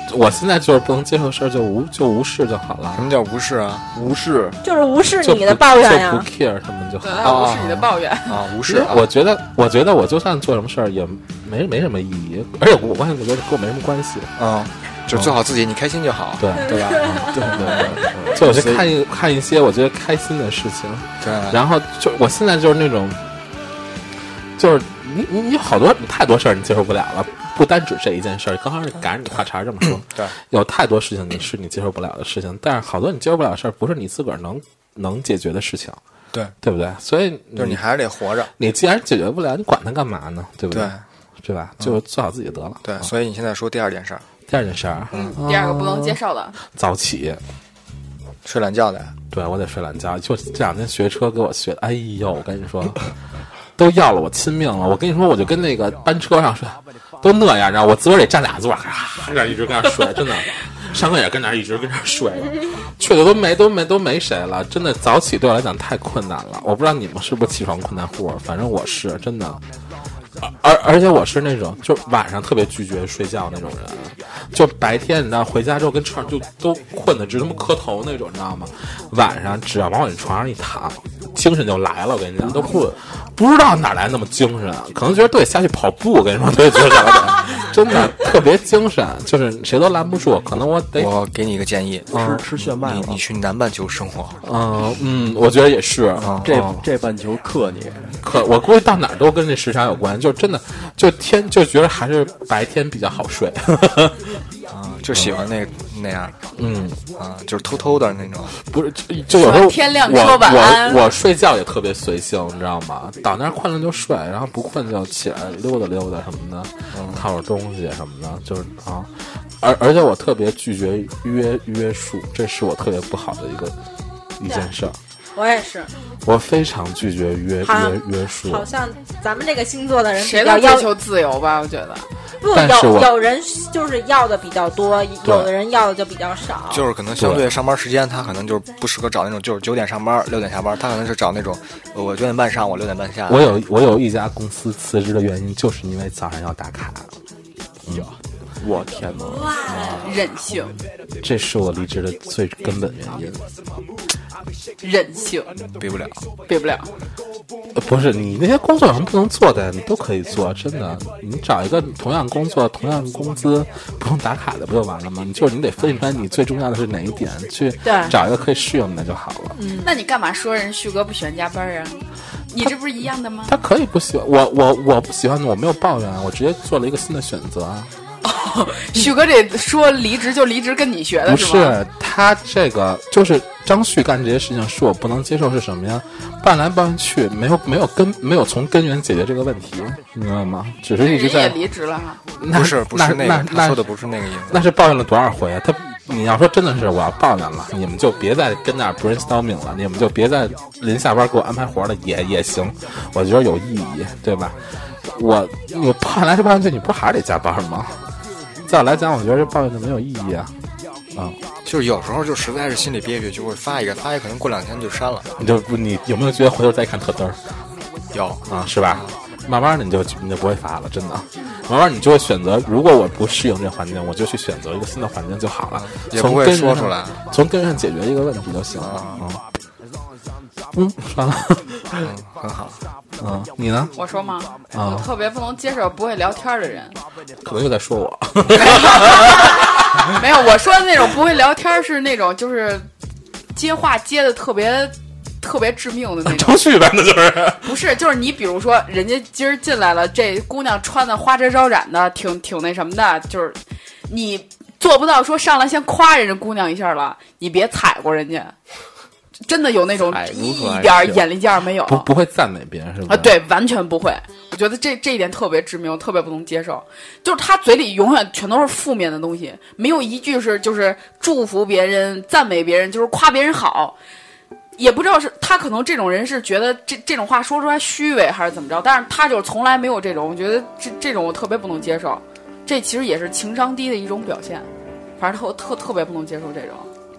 我现在就是不能接受的事儿就无视就好了。 什么叫无视啊？ 无视就是无视你的抱怨呀， 就不 care 他们就好。 无视你的抱怨啊，无视。 我觉得我就算做什么事儿也没什么意义，而且我觉得跟我没什么关系。 就做好自己，你开心就好， 对吧？ 对，就我去看一些我觉得开心的事情， 对。 然后就我现在就是那种，就是你太多事儿你接受不了了，不单指这一件事儿，刚好是赶上你话茬这么说， 对， 有太多事情你接受不了的事情，但是好多你接受不了的事儿，不是你自个儿能解决的事情， 对不对？所以就是你还是得活着， 你既然解决不了，你管它干嘛呢？对不对？ 对吧？就做好自己得了。 对，所以你现在说第二件事儿。 第二件事儿， 第二个不能接受的， 早起， 睡懒觉的。 对，我得睡懒觉。就这两天学车给我学的，哎呦，我跟你说，都要了我亲命了。我跟你说，我就跟那个班车上睡，都那样，然后我自个儿得占俩座，跟那一直跟那睡，真的。上课也跟那一直跟那睡了，睡的都没谁了。真的，早起对我来讲太困难了。我不知道你们是不是起床困难户，反正我是真的。而且我是那种就晚上特别拒绝睡觉那种人，就白天你知道回家之后跟床上就都困得直他妈磕头那种，你知道吗？晚上只要往我床上一躺，精神就来了。我跟你讲，都不知道哪来那么精神，可能觉得都得下去跑步。我跟你说，对，觉得真的特别精神，就是谁都拦不住。可能我给你一个建议， 吃炫迈， 你去南半球生活。 我觉得也是。 这半球克你， 我估计到哪儿都跟这时差有关。就真的就觉得还是白天比较好睡。 就喜欢那样，就是偷偷的那种， 不是就有时候天亮说晚安。 我睡觉也特别随性，你知道吗？到那儿困了就睡，然后不困就起来溜达溜达什么的，看会儿东西什么的，就是啊。而且我特别拒绝约束，这是我特别不好的一件事儿。 我也是， 我非常拒绝约束。 好像咱们这个星座的人谁都追求自由吧？我觉得不，有人就是要的比较多，有的人要的就比较少。 就是可能相对上班时间，他可能就是不适合找那种就是9点上班6点下班，他可能是找那种我9点半上，我6点半下。 我有一家公司辞职的原因，就是因为早上要打卡。 我天哪！ 任性， 这是我离职的最根本原因。 任性， 比不了。 不是你那些工作有什么不能做的，你都可以做，真的。你找一个同样工作、同样工资、不用打卡的，不就完了吗？你得分析出来你最重要的是哪一点，去找一个可以适应的就好了。 那你干嘛说人旭哥不喜欢加班啊？你这不是一样的吗？ 他可以不喜欢我不喜欢的，我没有抱怨，我直接做了一个新的选择啊。 旭哥这说离职就离职，跟你学的是吗？不是，他这个就是张旭干这些事情是我不能接受，是什么呀？办来办去，没有从根源解决这个问题，你明白吗？只是一直在。 人也离职了哈。 不是那个，他说的不是那个意思。 那是抱怨了多少回啊？你要说真的是我要抱怨了，你们就别再跟那 brainstorming 了，你们就别再临下班给我安排活了，也行，我觉得有意义，对吧？我抱怨来抱怨去，你不是还是得加班吗？在我来讲，我觉得这抱怨就没有意义啊。 就是有时候就实在是心里憋屈，就会发一个，可能过2天就删了。 你有没有觉得回头再看特嘚儿？ 有啊，是吧？慢慢的你就不会发了，真的。慢慢你就会选择，如果我不适应这环境，我就去选择一个新的环境就好了。 也不会说出来， 从根上解决一个问题就行了。算了。 很好。 你呢？ 我说吗？我特别不能接受不会聊天的人。 可能又在说我。 没有，我说的那种不会聊天是那种就是接话接的特别致命的那种。 程序呗，那就是不是，就是你比如说人家今儿进来了，这姑娘穿的花枝招展的，挺那什么的，就是你做不到说上来先夸人家姑娘一下了，你别踩过人家。真的有那种一点眼力劲儿没有， 不会赞美别人是吧？ 对，完全不会。我觉得这一点特别致命，我特别不能接受。就是他嘴里永远全都是负面的东西，没有一句是就是祝福别人、赞美别人，就是夸别人好。也不知道是他可能这种人是觉得这种话说出来虚伪还是怎么着，但是他就是从来没有这种。我觉得这种我特别不能接受，这其实也是情商低的一种表现。反正特别不能接受这种。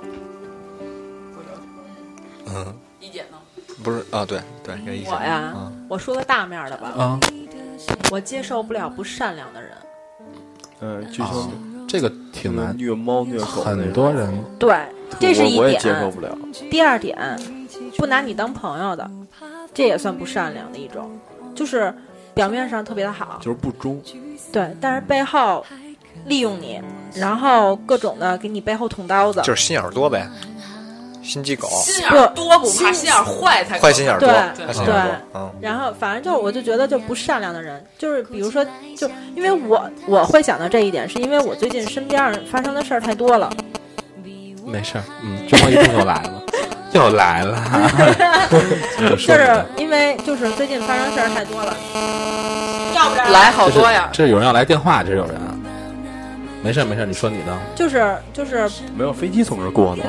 一姐呢？ 不是啊，对，这意思。 我呀，我说个大面的吧。我接受不了不善良的人。 巨凶。 这个挺难， 虐猫虐狗， 很多人对，这是一点， 我也接受不了。 第二点，不拿你当朋友的，这也算不善良的一种，就是表面上特别的好， 就是不忠， 对，但是背后利用你，然后各种的给你背后捅刀子， 就是心眼多呗。心机狗， 心眼多不怕，心眼坏才坏心眼多， 对，然后反正就我就觉得就不善良的人，就是比如说，就因为我会想到这一点，是因为我最近身边发生的事儿太多了。 没事儿，这么一通又来了，又来了， 就是因为就是最近发生事儿太多了，要不然来好多呀。 这是有人要来电话，这是有人。没事，你说你的。就是没有飞机从这过的。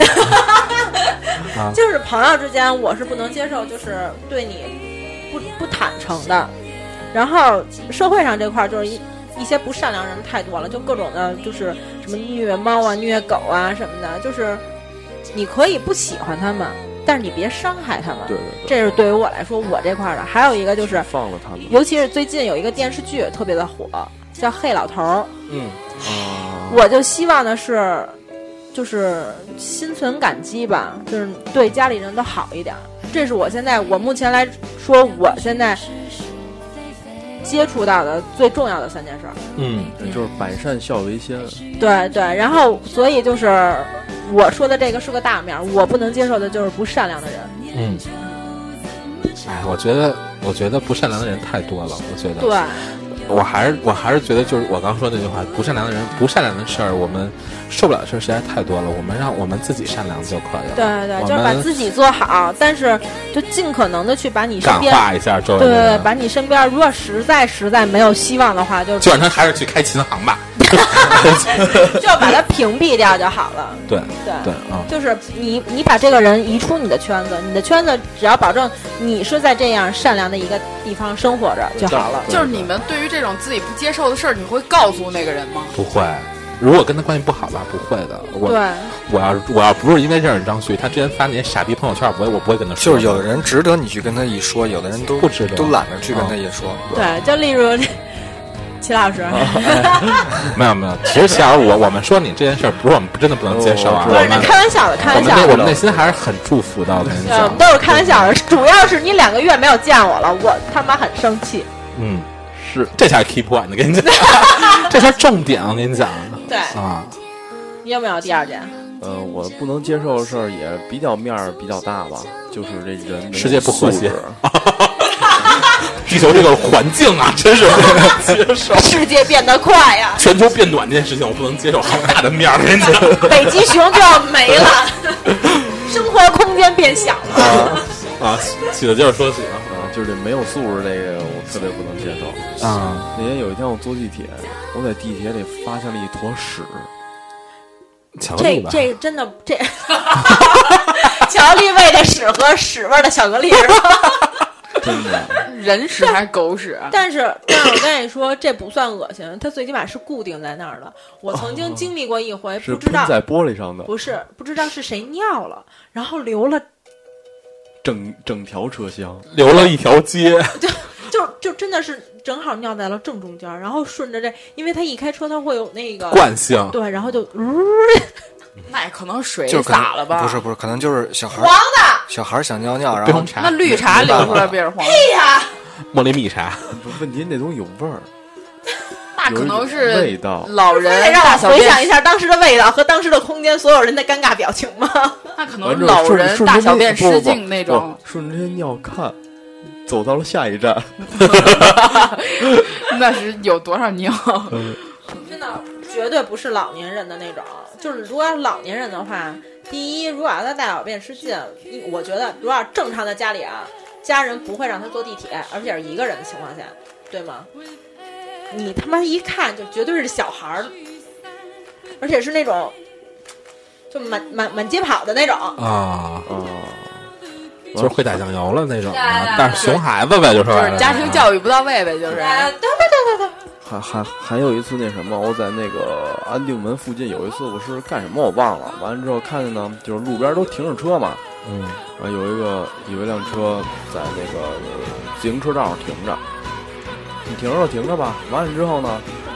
就是朋友之间，我是不能接受，就是对你不坦诚的。然后社会上这块就是一些不善良人太多了，就各种的，就是什么虐猫啊、虐狗啊什么的。就是你可以不喜欢他们，但是你别伤害他们。 对， 这是对于我来说我这块的。还有一个就是放了他们， 尤其是最近有一个电视剧特别的火，叫《黑老头》。我就希望的是，就是心存感激吧，就是对家里人都好一点。这是我目前来说，我现在接触到的最重要的3件事。 就是百善孝为先。 对，然后所以就是我说的这个是个大面，我不能接受的就是不善良的人。 我觉得不善良的人太多了，我觉得。 对。 我还是觉得，就是我刚说那句话，不善良的人，不善良的事儿，我们受不了的事儿实在太多了。让我们自己善良就可以了。 对，就是把自己做好，但是就尽可能的去把你身边感化一下周围。 对，把你身边，如果实在没有希望的话，就让他还是去开琴行吧。 就把他屏蔽掉就好了。 对， 就是你把这个人移出你的圈子，你的圈子只要保证你是在这样善良的一个地方生活着就好了。 就是你们对于这种自己不接受的事儿，你会告诉那个人吗？ 不会，如果跟他关系不好吧，不会的。我要不是因为认识张旭，他之前发那些傻逼朋友圈，我不会跟他说。 就是有的人值得你去跟他一说，有的人都不值得， 都懒得去跟他一说。 对，就例如。齐老师， 没有，其实齐老师，我们说你这件事儿，不是我们真的不能接受啊， 不是开玩笑的， 我们内心还是很祝福的。我跟你讲， 都是开玩笑的，主要是你2个月没有见我了，我他妈很生气。 是，这才是 key point， 跟你讲，这才是重点。我跟你讲， 对啊， 你有没有第2件？ 我不能接受的事儿也比较面儿比较大吧，就是这人世界不和谐。地球这个环境啊，真是不能接受。 世界变得快呀， 全球变暖这件事情，我不能接受。好大的面儿，跟你讲， 北极熊就要没了，生活空间变小了。 起的劲儿说起啊， 就是没有素质这个，我特别不能接受啊。那天有一天我坐地铁，我在地铁里发现了一坨屎。 这真的这，乔丽喂的屎和屎味的巧克力是吧？ 真的， 人屎还是狗屎？ 但是我跟你说，这不算恶心，它最起码是固定在那儿的。我曾经经历过一回，不知道是在玻璃上的， 不知道是谁尿了，然后流了整条车厢， 流了一条街， 就真的是正好尿在了正中间，然后顺着这，因为它一开车它会有那个惯性， 对，然后就那可能水就洒了吧？ 不是，可能就是小孩黄的。 小孩想尿尿，然后那绿茶流出来变成黄。 嘿呀， 茉莉蜜茶。 问题那东西有味儿， 那可能是味道。 老人让我回想一下当时的味道和当时的空间，所有人的尴尬表情吗？ 那可能老人大小便失禁那种。 顺着这尿看，走到了下一站。 那是有多少尿？ 真的绝对不是老年人的那种。就是如果要老年人的话，第一，如果要他大小便失禁，我觉得如果要正常的家里啊，家人不会让他坐地铁，而且是一个人的情况下，对吗？你他妈一看就绝对是小孩儿，而且是那种就满街跑的那种啊，就是会打酱油了那种啊，但是熊孩子呗，就是家庭教育不到位呗，就是。 对。 还有一次那什么，我在那个安定门附近有一次，我是干什么我忘了。完了之后看见呢，就是路边都停着车嘛，有一辆车在那个自行车道上停着，你停着吧。完了之后呢，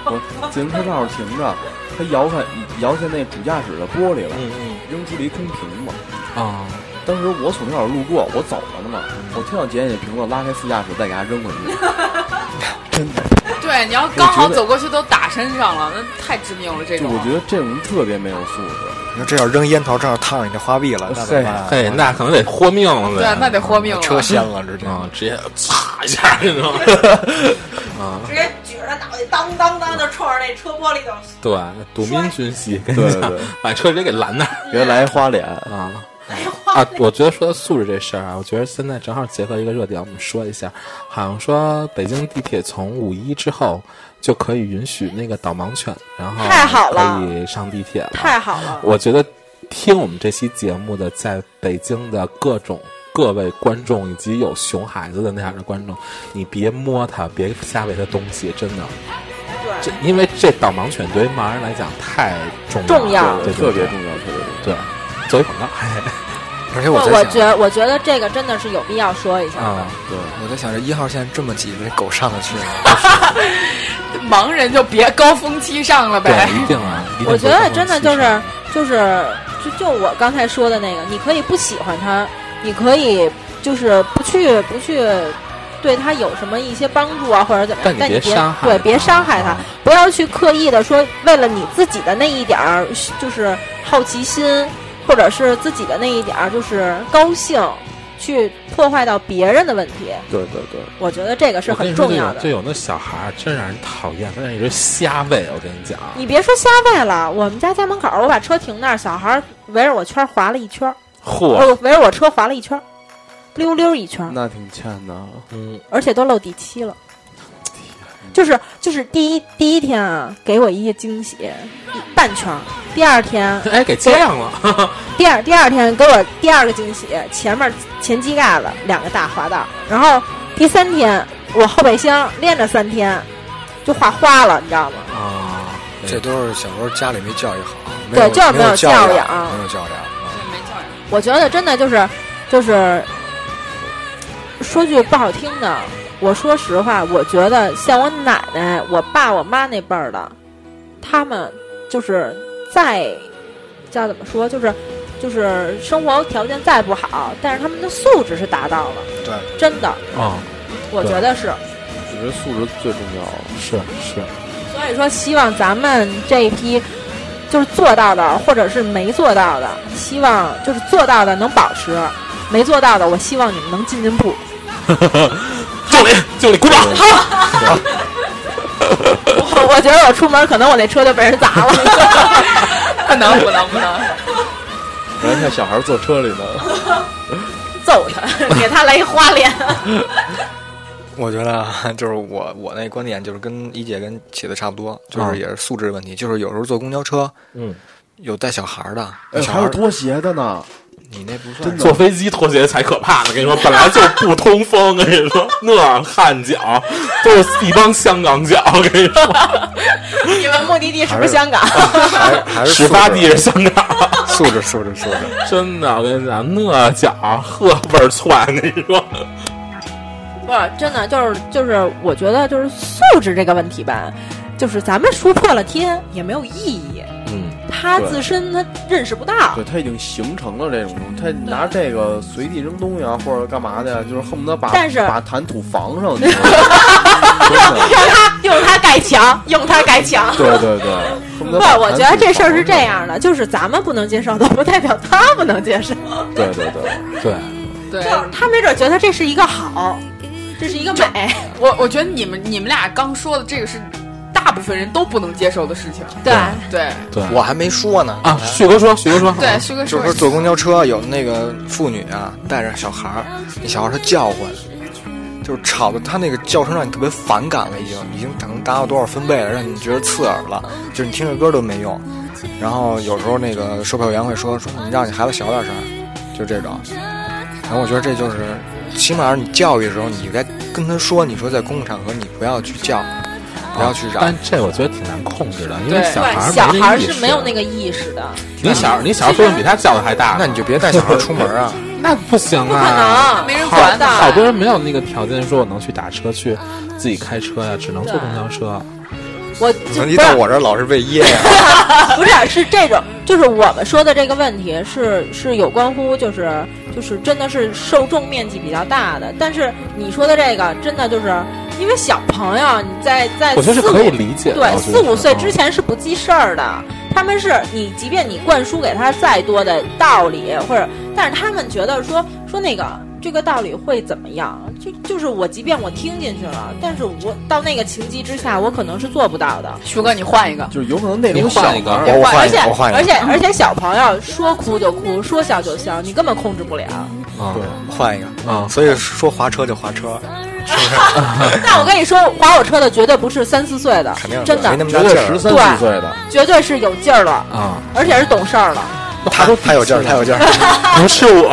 我自行车道上停着，他摇下那主驾驶的玻璃了，扔出了一空瓶子啊！当时我从那儿路过，我走了嘛，我听到捡起瓶子，拉开副驾驶，再给它扔回去。真的， 对，你要刚好走过去都打身上了，那太致命了。这种， 我觉得这种人特别没有素质。 你说这要扔烟头，正好烫上你的花臂了，那怎么办？ 嘿，那可能得豁命了。 对，那得豁命了， 车掀了， 直接擦一下，你知道吗？ 直接举着脑袋当当当就冲着那车玻璃就。 对，夺命军戏，跟你讲，把车直接给拦那儿， 给他来花脸啊！ 我觉得说到素质这事儿啊，我觉得现在正好结合一个热点，我们说一下，好像说北京地铁从5·1之后就可以允许那个导盲犬，然后太好了， 可以上地铁了， 太好了！ 我觉得听我们这期节目的在北京的各位观众以及有熊孩子的那样的观众，你别摸它，别瞎喂它东西，真的。 对， 因为这导盲犬对于盲人来讲太重要了， 特别重要， 对。作为广告， 而且我觉得这个真的是有必要说一下的。 对，我在想这1号线这么挤，这狗上得去吗？盲人就别高峰期上了呗。 对，一定啊！ 我觉得真的就我刚才说的那个，你可以不喜欢它，你可以就是不去对他有什么一些帮助啊，或者怎么样，但你别伤害他，不要去刻意的说为了你自己的那一点儿就是好奇心。或者是自己的那一点儿就是高兴，去破坏到别人的问题。 对， 我觉得这个是很重要的。 就有那小孩真让人讨厌，那一直瞎喂。我跟你讲， 你别说瞎喂了，我们家门口，我把车停那儿，小孩围着我圈滑了一圈，围着我车滑了一圈，溜溜一圈， 那挺欠的。 而且都漏第7了。就是第一天啊，给我一个惊喜，半圈。第二天， 给接上了。 第二天给我第2个惊喜，前机盖子2个大滑道。然后第3天，我后备箱连着3天就画花了，你知道吗？ 这都是小时候家里没教育好。 对，就是没有教养， 没有教养。 没教养。 我觉得真的就是说句不好听的。我说实话，我觉得像我奶奶、我爸、我妈那辈儿的，他们就是再叫怎么说，就是生活条件再不好，但是他们的素质是达到了。 对， 真的。我觉得是。 我觉得素质最重要了。 是。 所以说，希望咱们这一批就是做到的，或者是没做到的，希望就是做到的能保持，没做到的，我希望你们能进步。 就你鼓掌！ 好，我觉得我出门可能我那车就被人砸了， 不能！ 我还看小孩坐车里呢， 揍他，给他来一花脸。 我觉得就是我那观点就是跟一姐跟起的差不多，就是也是素质问题，就是有时候坐公交车，有带小孩的， 还有拖鞋的呢。 你那不算坐飞机拖鞋才可怕呢，跟你说，本来就不通风，跟你说那汗脚都是一帮香港脚，跟你说。 你们目的地是不是香港？ 还是始发地是香港。 素质， 真的，我跟你讲，那脚喝味儿窜，跟你说。 不是真的，就是我觉得就是素质这个问题吧，就是咱们说破了天也没有意义。他自身他认识不到， 对他已经形成了这种，他拿这个随地扔东西啊，或者干嘛的呀，就是恨不得把痰土防上去， 用它盖墙， 对， 不，我觉得这事儿是这样的，就是咱们不能接受的，不代表他不能接受。 对， 就是他没准觉得这是一个好，这是一个美。 我觉得你们俩刚说的这个是大部分人都不能接受的事情。 对， 我还没说呢啊！旭哥说， 对，旭哥说， 就是坐公交车有那个妇女啊，带着小孩儿，那小孩他叫唤，就是吵的他那个叫声让你特别反感了，已经可能达到多少分贝了，让你觉得刺耳了，就是你听着歌都没用。然后有时候那个售票员会说你让你孩子小点声，就这种。然后我觉得这就是起码你教育的时候，你该跟他说，你说在公共场合你不要去叫。不要去嚷， 但这我觉得挺难控制的，因为小孩是没有那个意识的。 你小孩说比他叫的还大， 那你就别带小孩出门啊。 那不行啊， 不可能，没人管的。 好多人没有那个条件说我能去打车去自己开车呀，只能坐公交车。 一到我这老是被噎呀。 不是，是这种，就是我们说的这个问题是有关乎，就是真的是受众面积比较大的。但是你说的这个，真的就是因为小朋友，你在我觉得是可以理解的。 对，4、5岁之前是不记事儿的。他们是你，即便你灌输给他再多的道理，或者，但是他们觉得说那个这个道理会怎么样？就是我，即便我听进去了，但是我到那个情急之下，我可能是做不到的。 徐哥，你换一个， 就是有可能那种换一个， 我换一个， 而且小朋友说哭就哭，说笑就笑，你根本控制不了。 对，换一个所以说滑车就滑车。是不是？ 那我跟你说，滑我车的绝对不是3、4岁的， 肯定真的， 没那么大劲儿。13、14岁的， 绝对是有劲儿了而且是懂事儿了。 他有劲儿，他有劲儿， 不是我。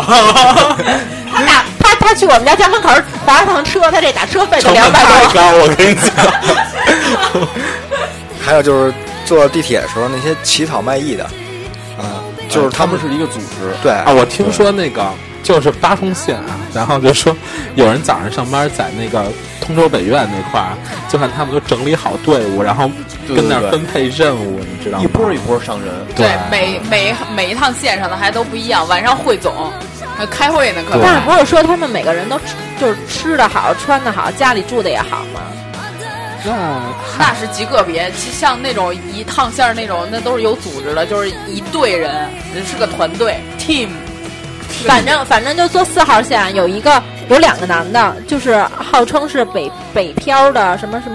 他去我们家门口滑趟车，他这打车费就200多。 太高，我跟你讲。 还有就是坐地铁的时候，那些乞讨卖艺的，就是他们是一个组织。 对啊，我听说那个。就是8通线啊，然后就说有人早上上班在那个通州北院那块儿，就看他们都整理好队伍，然后跟那儿分配任务，你知道吗？ 一波一波上人。 对，每一趟线上的还都不一样，晚上汇总，开会呢。 但是不是说他们每个人都就是吃的好、穿的好、家里住的也好吗？ 那是极个别，像那种一趟线那种，那都是有组织的，就是一队人，是个团队 team。 反正就坐4号线，有2个男的，就是号称是北漂的什么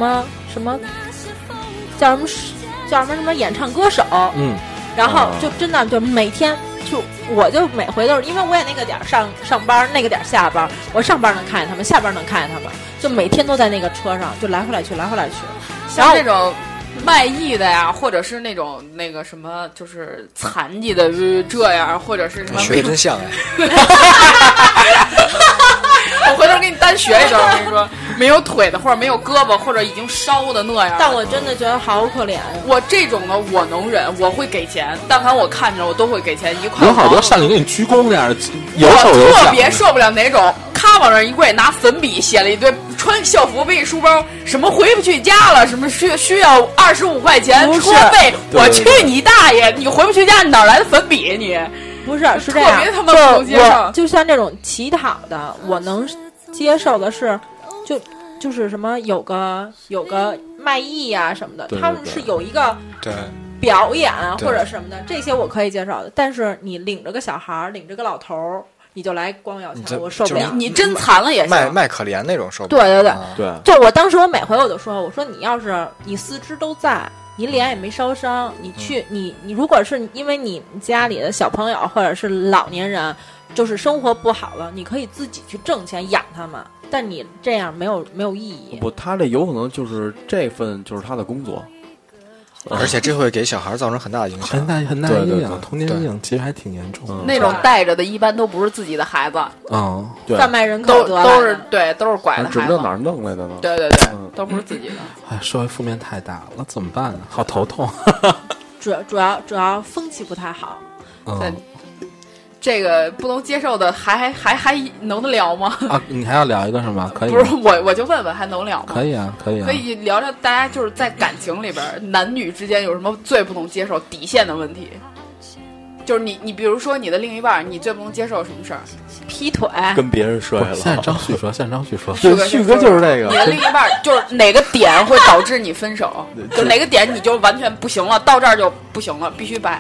叫什么演唱歌手，然后就真的就每天我就每回都是因为我也那个点上班，那个点下班，我上班能看见他们，下班能看见他们，就每天都在那个车上就来回来去。 像这种卖艺的呀，或者是那个什么，就是残疾的这样，或者是什么学的真像哎。 我回头给你单学一段，我跟你说，没有腿的或者没有胳膊或者已经烧的那样。 但我真的觉得好可怜。 我这种的我能忍，我会给钱，但凡我看着我都会给钱1块。 有好多上去给你鞠躬那样的，有手有脚。 我特别受不了哪种，咔往那一跪，拿粉笔写了一堆，穿校服背书包，什么回不去家了，什么需要25块钱车费，我去你大爷！你回不去家，你哪来的粉笔你？ 不是这样， 特别他妈不能接受。 就像这种乞讨的，我能接受的是，就是什么有个卖艺啊什么的，他们是有一个表演或者什么的，这些我可以接受的。但是你领着个小孩，领着个老头儿，你就来光要钱，我受不了。 你真残了也行，卖可怜那种受不了。 对，就我当时我每回我就说，我说你要是你4肢都在。你脸也没烧伤，你去你如果是因为你家里的小朋友或者是老年人，就是生活不好了，你可以自己去挣钱养他们，但你这样没有意义。 不，他这有可能就是这份就是他的工作， 而且这会给小孩造成很大的影响， 很大影响，童年阴影其实还挺严重的。 那种带着的，一般都不是自己的孩子， 对， 贩卖人口都是拐的孩子， 指不定哪儿弄来的呢。 对，都不是自己的。 哎，社会负面太大了，怎么办呢？好头痛。 主要风气不太好。 这个不能接受的还能聊吗？ 啊，你还要聊一个是吗？可以。 不是我就问问还能聊吗？ 可以啊，可以聊聊大家就是在感情里边男女之间有什么最不能接受底线的问题。就是你比如说你的另一半，你最不能接受什么事儿？ 劈腿， 跟别人睡了。 现在张旭说， 旭哥就是这个。 你的另一半就是哪个点会导致你分手？就哪个点你就完全不行了，到这儿就不行了，必须掰。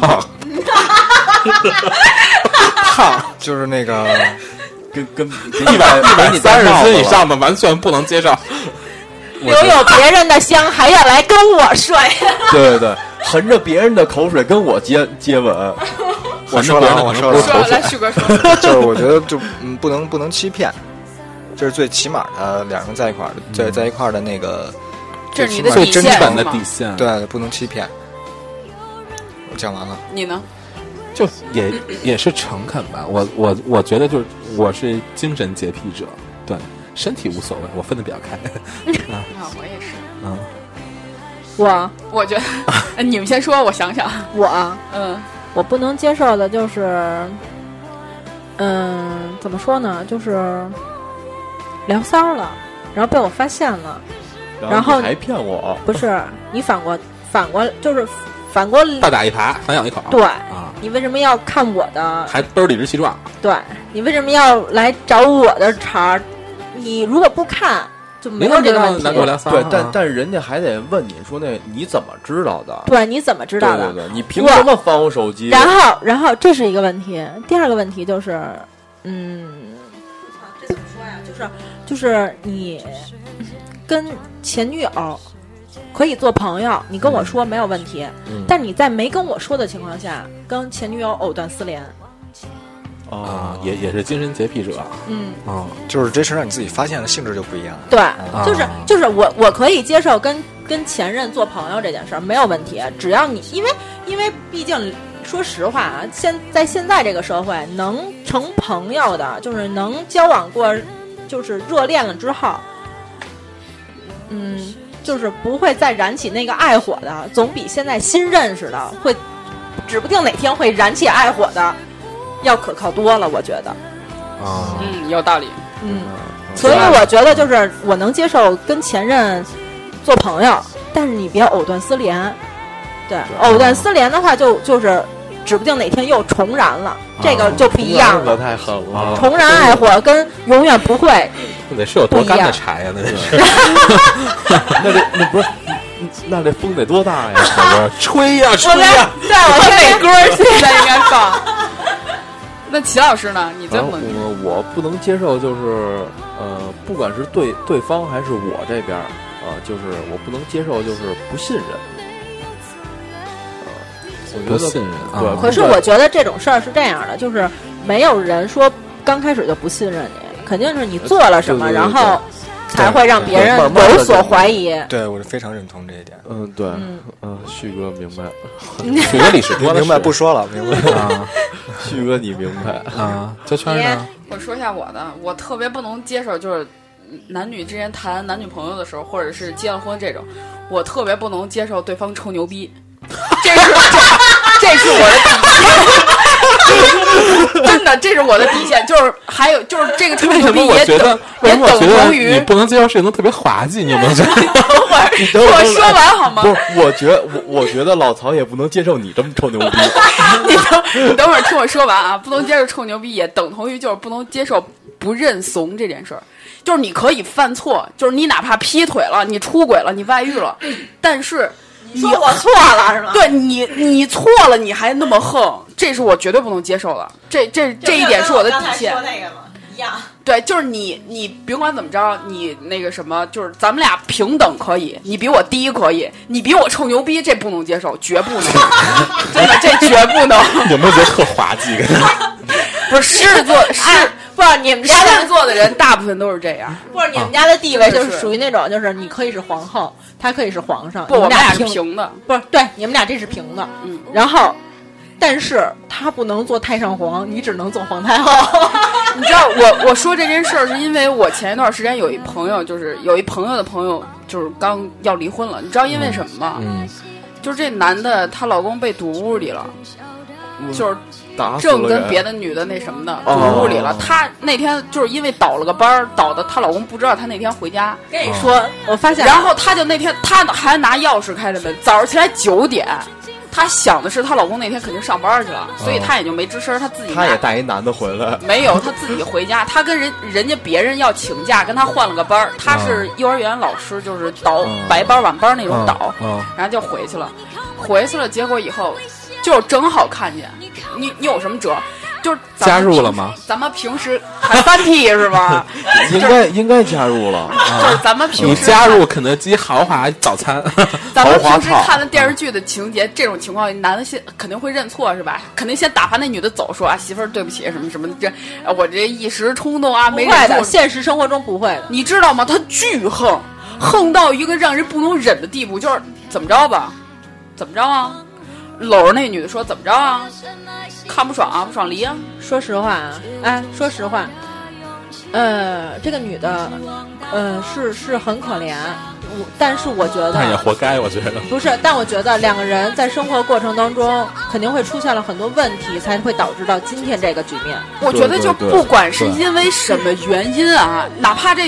胖就是那个跟 130斤以上的完全不能接受。 留有别人的香，还要来跟我睡。 对，含着别人的口水跟我接吻。 我说了， 来旭哥说， 就是我觉得就不能欺骗，这是最起码的两个人在一块儿的，在一块儿的那个， 这是你的最真本的底线。 对，不能欺骗。我讲完了， 你呢？ 就也是诚恳吧。我觉得就是我是精神洁癖者，对。身体无所谓，我分得比较开。 我也是。 我觉得，你们先说，我想想。 我不能接受的就是，怎么说呢？就是聊骚了，然后被我发现了， 然后还骗我？ 不是你反过就是反过大打一耙，反咬一口。 对你为什么要看我的？ 还倍儿理直气壮。 对你为什么要来找我的茬？你如果不看。就没有这个问题。 对，但人家还得问你说那你怎么知道的？ 对，你怎么知道的？ 对，你凭什么翻我手机？ 然后这是一个问题。第二个问题就是，这怎么说呀？就是你跟前女友可以做朋友，你跟我说没有问题，但你在没跟我说的情况下，跟前女友藕断丝连。 也是精神洁癖者。 就是这事让你自己发现的性质就不一样。 对，就是我可以接受跟前任做朋友这件事儿没有问题，只要你因为毕竟说实话啊，在现在这个社会，能成朋友的，就是能交往过，就是热恋了之后，就是不会再燃起那个爱火的，总比现在新认识的会，指不定哪天会燃起爱火的。要可靠多了，我觉得。 有道理。 所以我觉得就是我能接受跟前任做朋友，但是你别藕断丝连。对，藕断丝连的话就是指不定哪天又重燃了，这个就不一样了。 太狠了！ 重燃爱火跟永远不会。 那得是有多干的柴呀？那得是。 那不是。那这风得多大呀？ 吹呀！ 对，我哪歌现在应该放？那齐老师呢？你这么我不能接受，就是不管是对方还是我这边就是我不能接受，就是不信任。我觉得不信任对。可是我觉得这种事儿是这样的，就是没有人说刚开始就不信任你，肯定是你做了什么，然后才会让别人有所怀疑。 对，我是非常认同这一点。 对，旭哥明白， 旭哥历史多明白不说了，明白啊。旭哥你明白啊？这圈呢？ 我说一下我的，我特别不能接受，就是男女之间谈男女朋友的时候，或者是结了婚这种，我特别不能接受对方臭牛逼，这是我的底线。真的，这是我的底线。就是还有就是这个臭牛逼也等同于你不能接受事情特别滑稽，你有没有觉得？ 等会儿我说完好吗？ 不是，我觉得老曹也不能接受你这么臭牛逼。 你等会儿听我说完啊！不能接受臭牛逼，也等同于就是不能接受不认怂这件事儿。就是你可以犯错，就是你哪怕劈腿了，你出轨了，你外遇了，但是。 你说我错了是吧？ 对你错了，你还那么横，这是我绝对不能接受的。这一点是我的底线。 说那个嘛一样。 对，就是你甭管怎么着，你那个什么，就是咱们俩平等可以，你比我低可以，你比我臭牛逼，这不能接受，绝不能，真的这绝不能。 有没有觉得特滑稽？ 不是狮子座不是你们家狮子座的人大部分都是这样。 不是你们家的地位就是属于那种，就是你可以是皇后，他可以是皇上， 不，我们俩是平的。 不是，对，你们俩这是平的。然后，但是他不能做太上皇，你只能做皇太后。 你知道我说这件事儿是因为我前一段时间有一朋友，就是有一朋友的朋友，就是刚要离婚了。你知道因为什么吗？就是这男的她老公被堵屋里了，就是正跟别的女的那什么的堵屋里了。她那天就是因为倒了个班，倒的她老公不知道她那天回家。 跟你说，我发现， 然后她就那天她还拿钥匙开着门，早上起来9点。她想的是她老公那天肯定上班去了，所以她也就没吱声，她自己她也带一男的回来， 没有，她自己回家，她跟人家别人要请假，跟她换了个班，她是幼儿园老师，就是倒白班晚班那种倒，然后就回去了，结果以后就正好看见你有什么辙？就是加入了吗？ 咱们平时还3P 是吧？ 应该加入了。 就是咱们平时你加入肯德基豪华早餐， 咱们平时看的电视剧的情节，这种情况，男的肯定会认错是吧？肯定先打发那女的走，说啊媳妇儿对不起什么什么，我这一时冲动啊，没忍住。 现实生活中不会的， 你知道吗？他巨横到一个让人不能忍的地步，就是怎么着吧？怎么着啊？搂着那女的说怎么着啊？看不爽啊，不爽离啊！ 说实话啊，说实话，这个女的，是很可怜，但是我觉得， 但也活该，我觉得不是，但我觉得两个人在生活过程当中肯定会出现了很多问题，才会导致到今天这个局面。 我觉得就不管是因为什么原因啊，哪怕这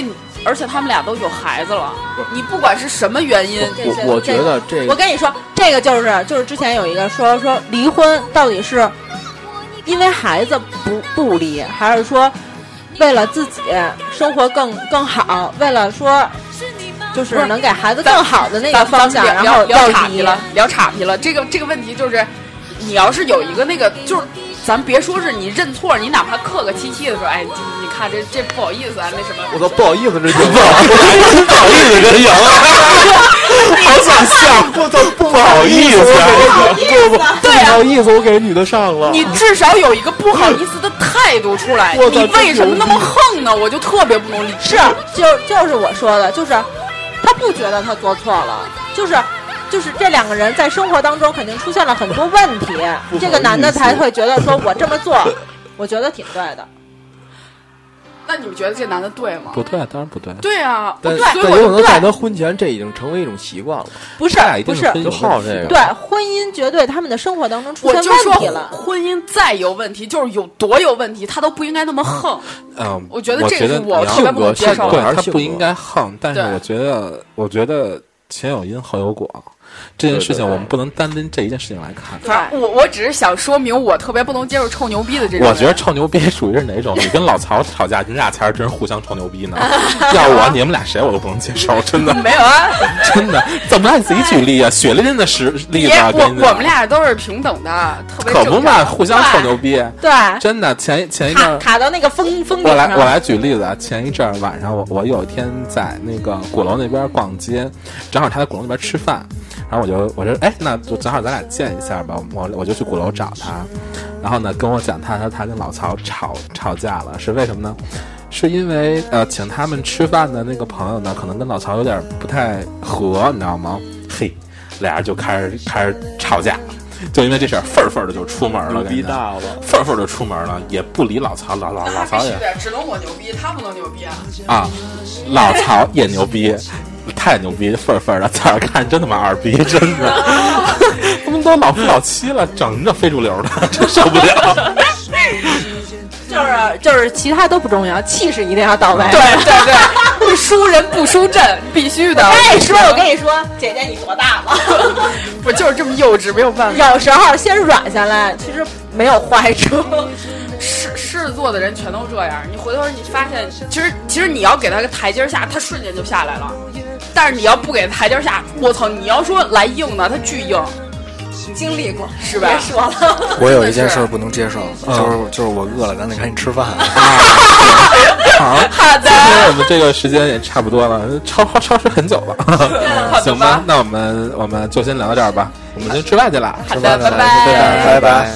而且他们俩都有孩子了。你不管是什么原因， 我觉得这个， 我跟你说，这个就是之前有一个说离婚到底是因为孩子不离，还是说为了自己生活更好，为了说就是能给孩子更好的那个方向，然后聊岔劈了，聊岔劈了。这个问题就是，你要是有一个那个，就是咱别说是你认错，你哪怕客客气气的说，哎，你看这不好意思啊，那什么， 我都不好意思，这行了， 不好意思，这行了。好想笑， 我操，不好意思， 对啊， 不好意思，我给女的上了。 你至少有一个不好意思的态度出来，你为什么那么横呢？我就特别不能理解。 就是我说的，就是他不觉得他做错了，就是这两个人在生活当中肯定出现了很多问题，这个男的才会觉得说我这么做，我觉得挺对的。 那你们觉得这男的对吗？ 不对，当然不对。 对啊， 但对， 有可能在他婚前这已经成为一种习惯了。 不是， 就好这个。 对，婚姻绝对他们的生活当中出现问题了。 婚姻再有问题，就是有多有问题，他都不应该那么横。我觉得这个是我特别不能接受的。 对，他不应该横，但是我觉得前有因后有果。这件事情我们不能单拎这一件事情来看。 我只是想说明我特别不能接受臭牛逼的这种。 我觉得臭牛逼属于是哪种？你跟老曹吵架，你俩才是真是互相臭牛逼呢。要我你们俩谁我都不能接受，真的。 没有啊， 真的。怎么让你自己举例啊？血淋淋的例子。 我们俩都是平等的，特别可不嘛，互相臭牛逼。 对， 真的。前一阵卡到那个封顶上。 我来举例子啊。前一阵晚上我有一天在那个鼓楼那边逛街，正好他在鼓楼那边吃饭。然后我说，哎，那就正好咱俩见一下吧。我就去鼓楼找他，然后呢跟我讲他跟老曹吵架了，是为什么呢？是因为请他们吃饭的那个朋友呢，可能跟老曹有点不太合，你知道吗？嘿，俩人就开始吵架，就因为这事儿，份的就出门了， 牛逼大了， 份就出门了，也不理老曹，老曹也只能我牛逼，他不能牛逼啊！老曹也牛逼。太牛逼，份的，在这看真他妈二逼，真的，他们都老夫老妻了，整这非主流的，真受不了。 就是其他都不重要，气势一定要到位。 对，不输人不输阵，必须的。 我跟你说，姐姐你多大了？ 不就是这么幼稚，没有办法。 有时候先软下来，其实没有坏处。 狮子座的人全都这样，你回头你发现，其实你要给他个台阶下，他瞬间就下来了。但是你要不给他台阶下，我操！你要说来硬的，他巨硬。 经历过是吧？ 别说了。 我有一件事不能接受，就是我饿了，咱得赶紧吃饭。 好的，今天我们这个时间也差不多了，超时很久了。行吧，那我们就先聊到这儿吧，我们就吃饭去了。 好的， 拜拜。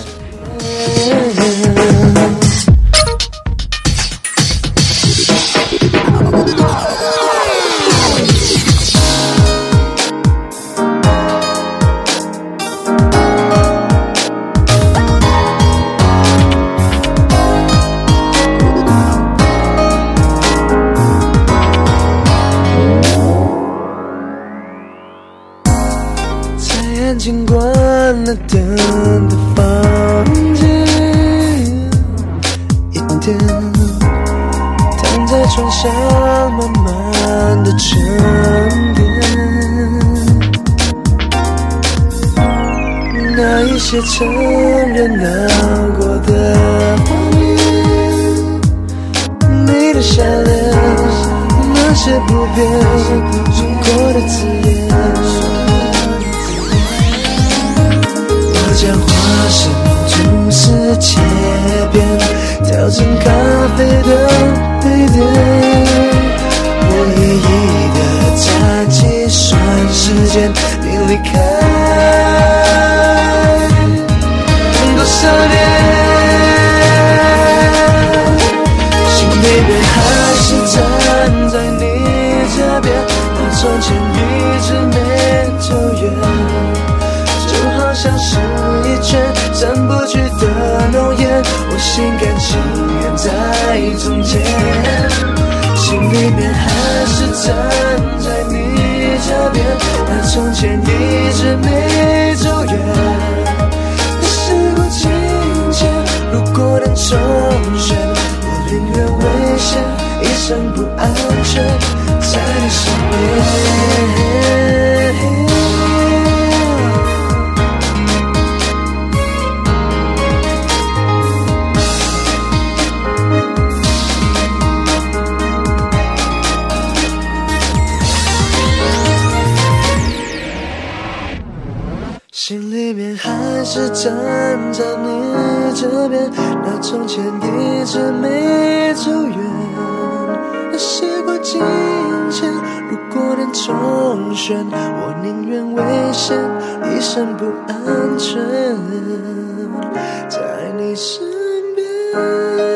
尽关了灯的房间，一点躺在床上慢慢的沉淀，那一些承认难过的画面，你的笑脸，那些不变用过的字眼，将花生吐司切片，调成咖啡的杯垫，我一一的暂计算时间，你离开多少年，心里面还是站在你这边，那从前一直没走远，好像是一圈散不去的浓烟，我心甘情愿在中间，心里面还是站在你这边，那从前一直没走远的时过境迁，如果能重选，我宁愿危险一生不安全。 心里面还是站在你这边，那从前一直没走远。时过境迁，如果能重选，我宁愿危险，一生不安全，在你身边。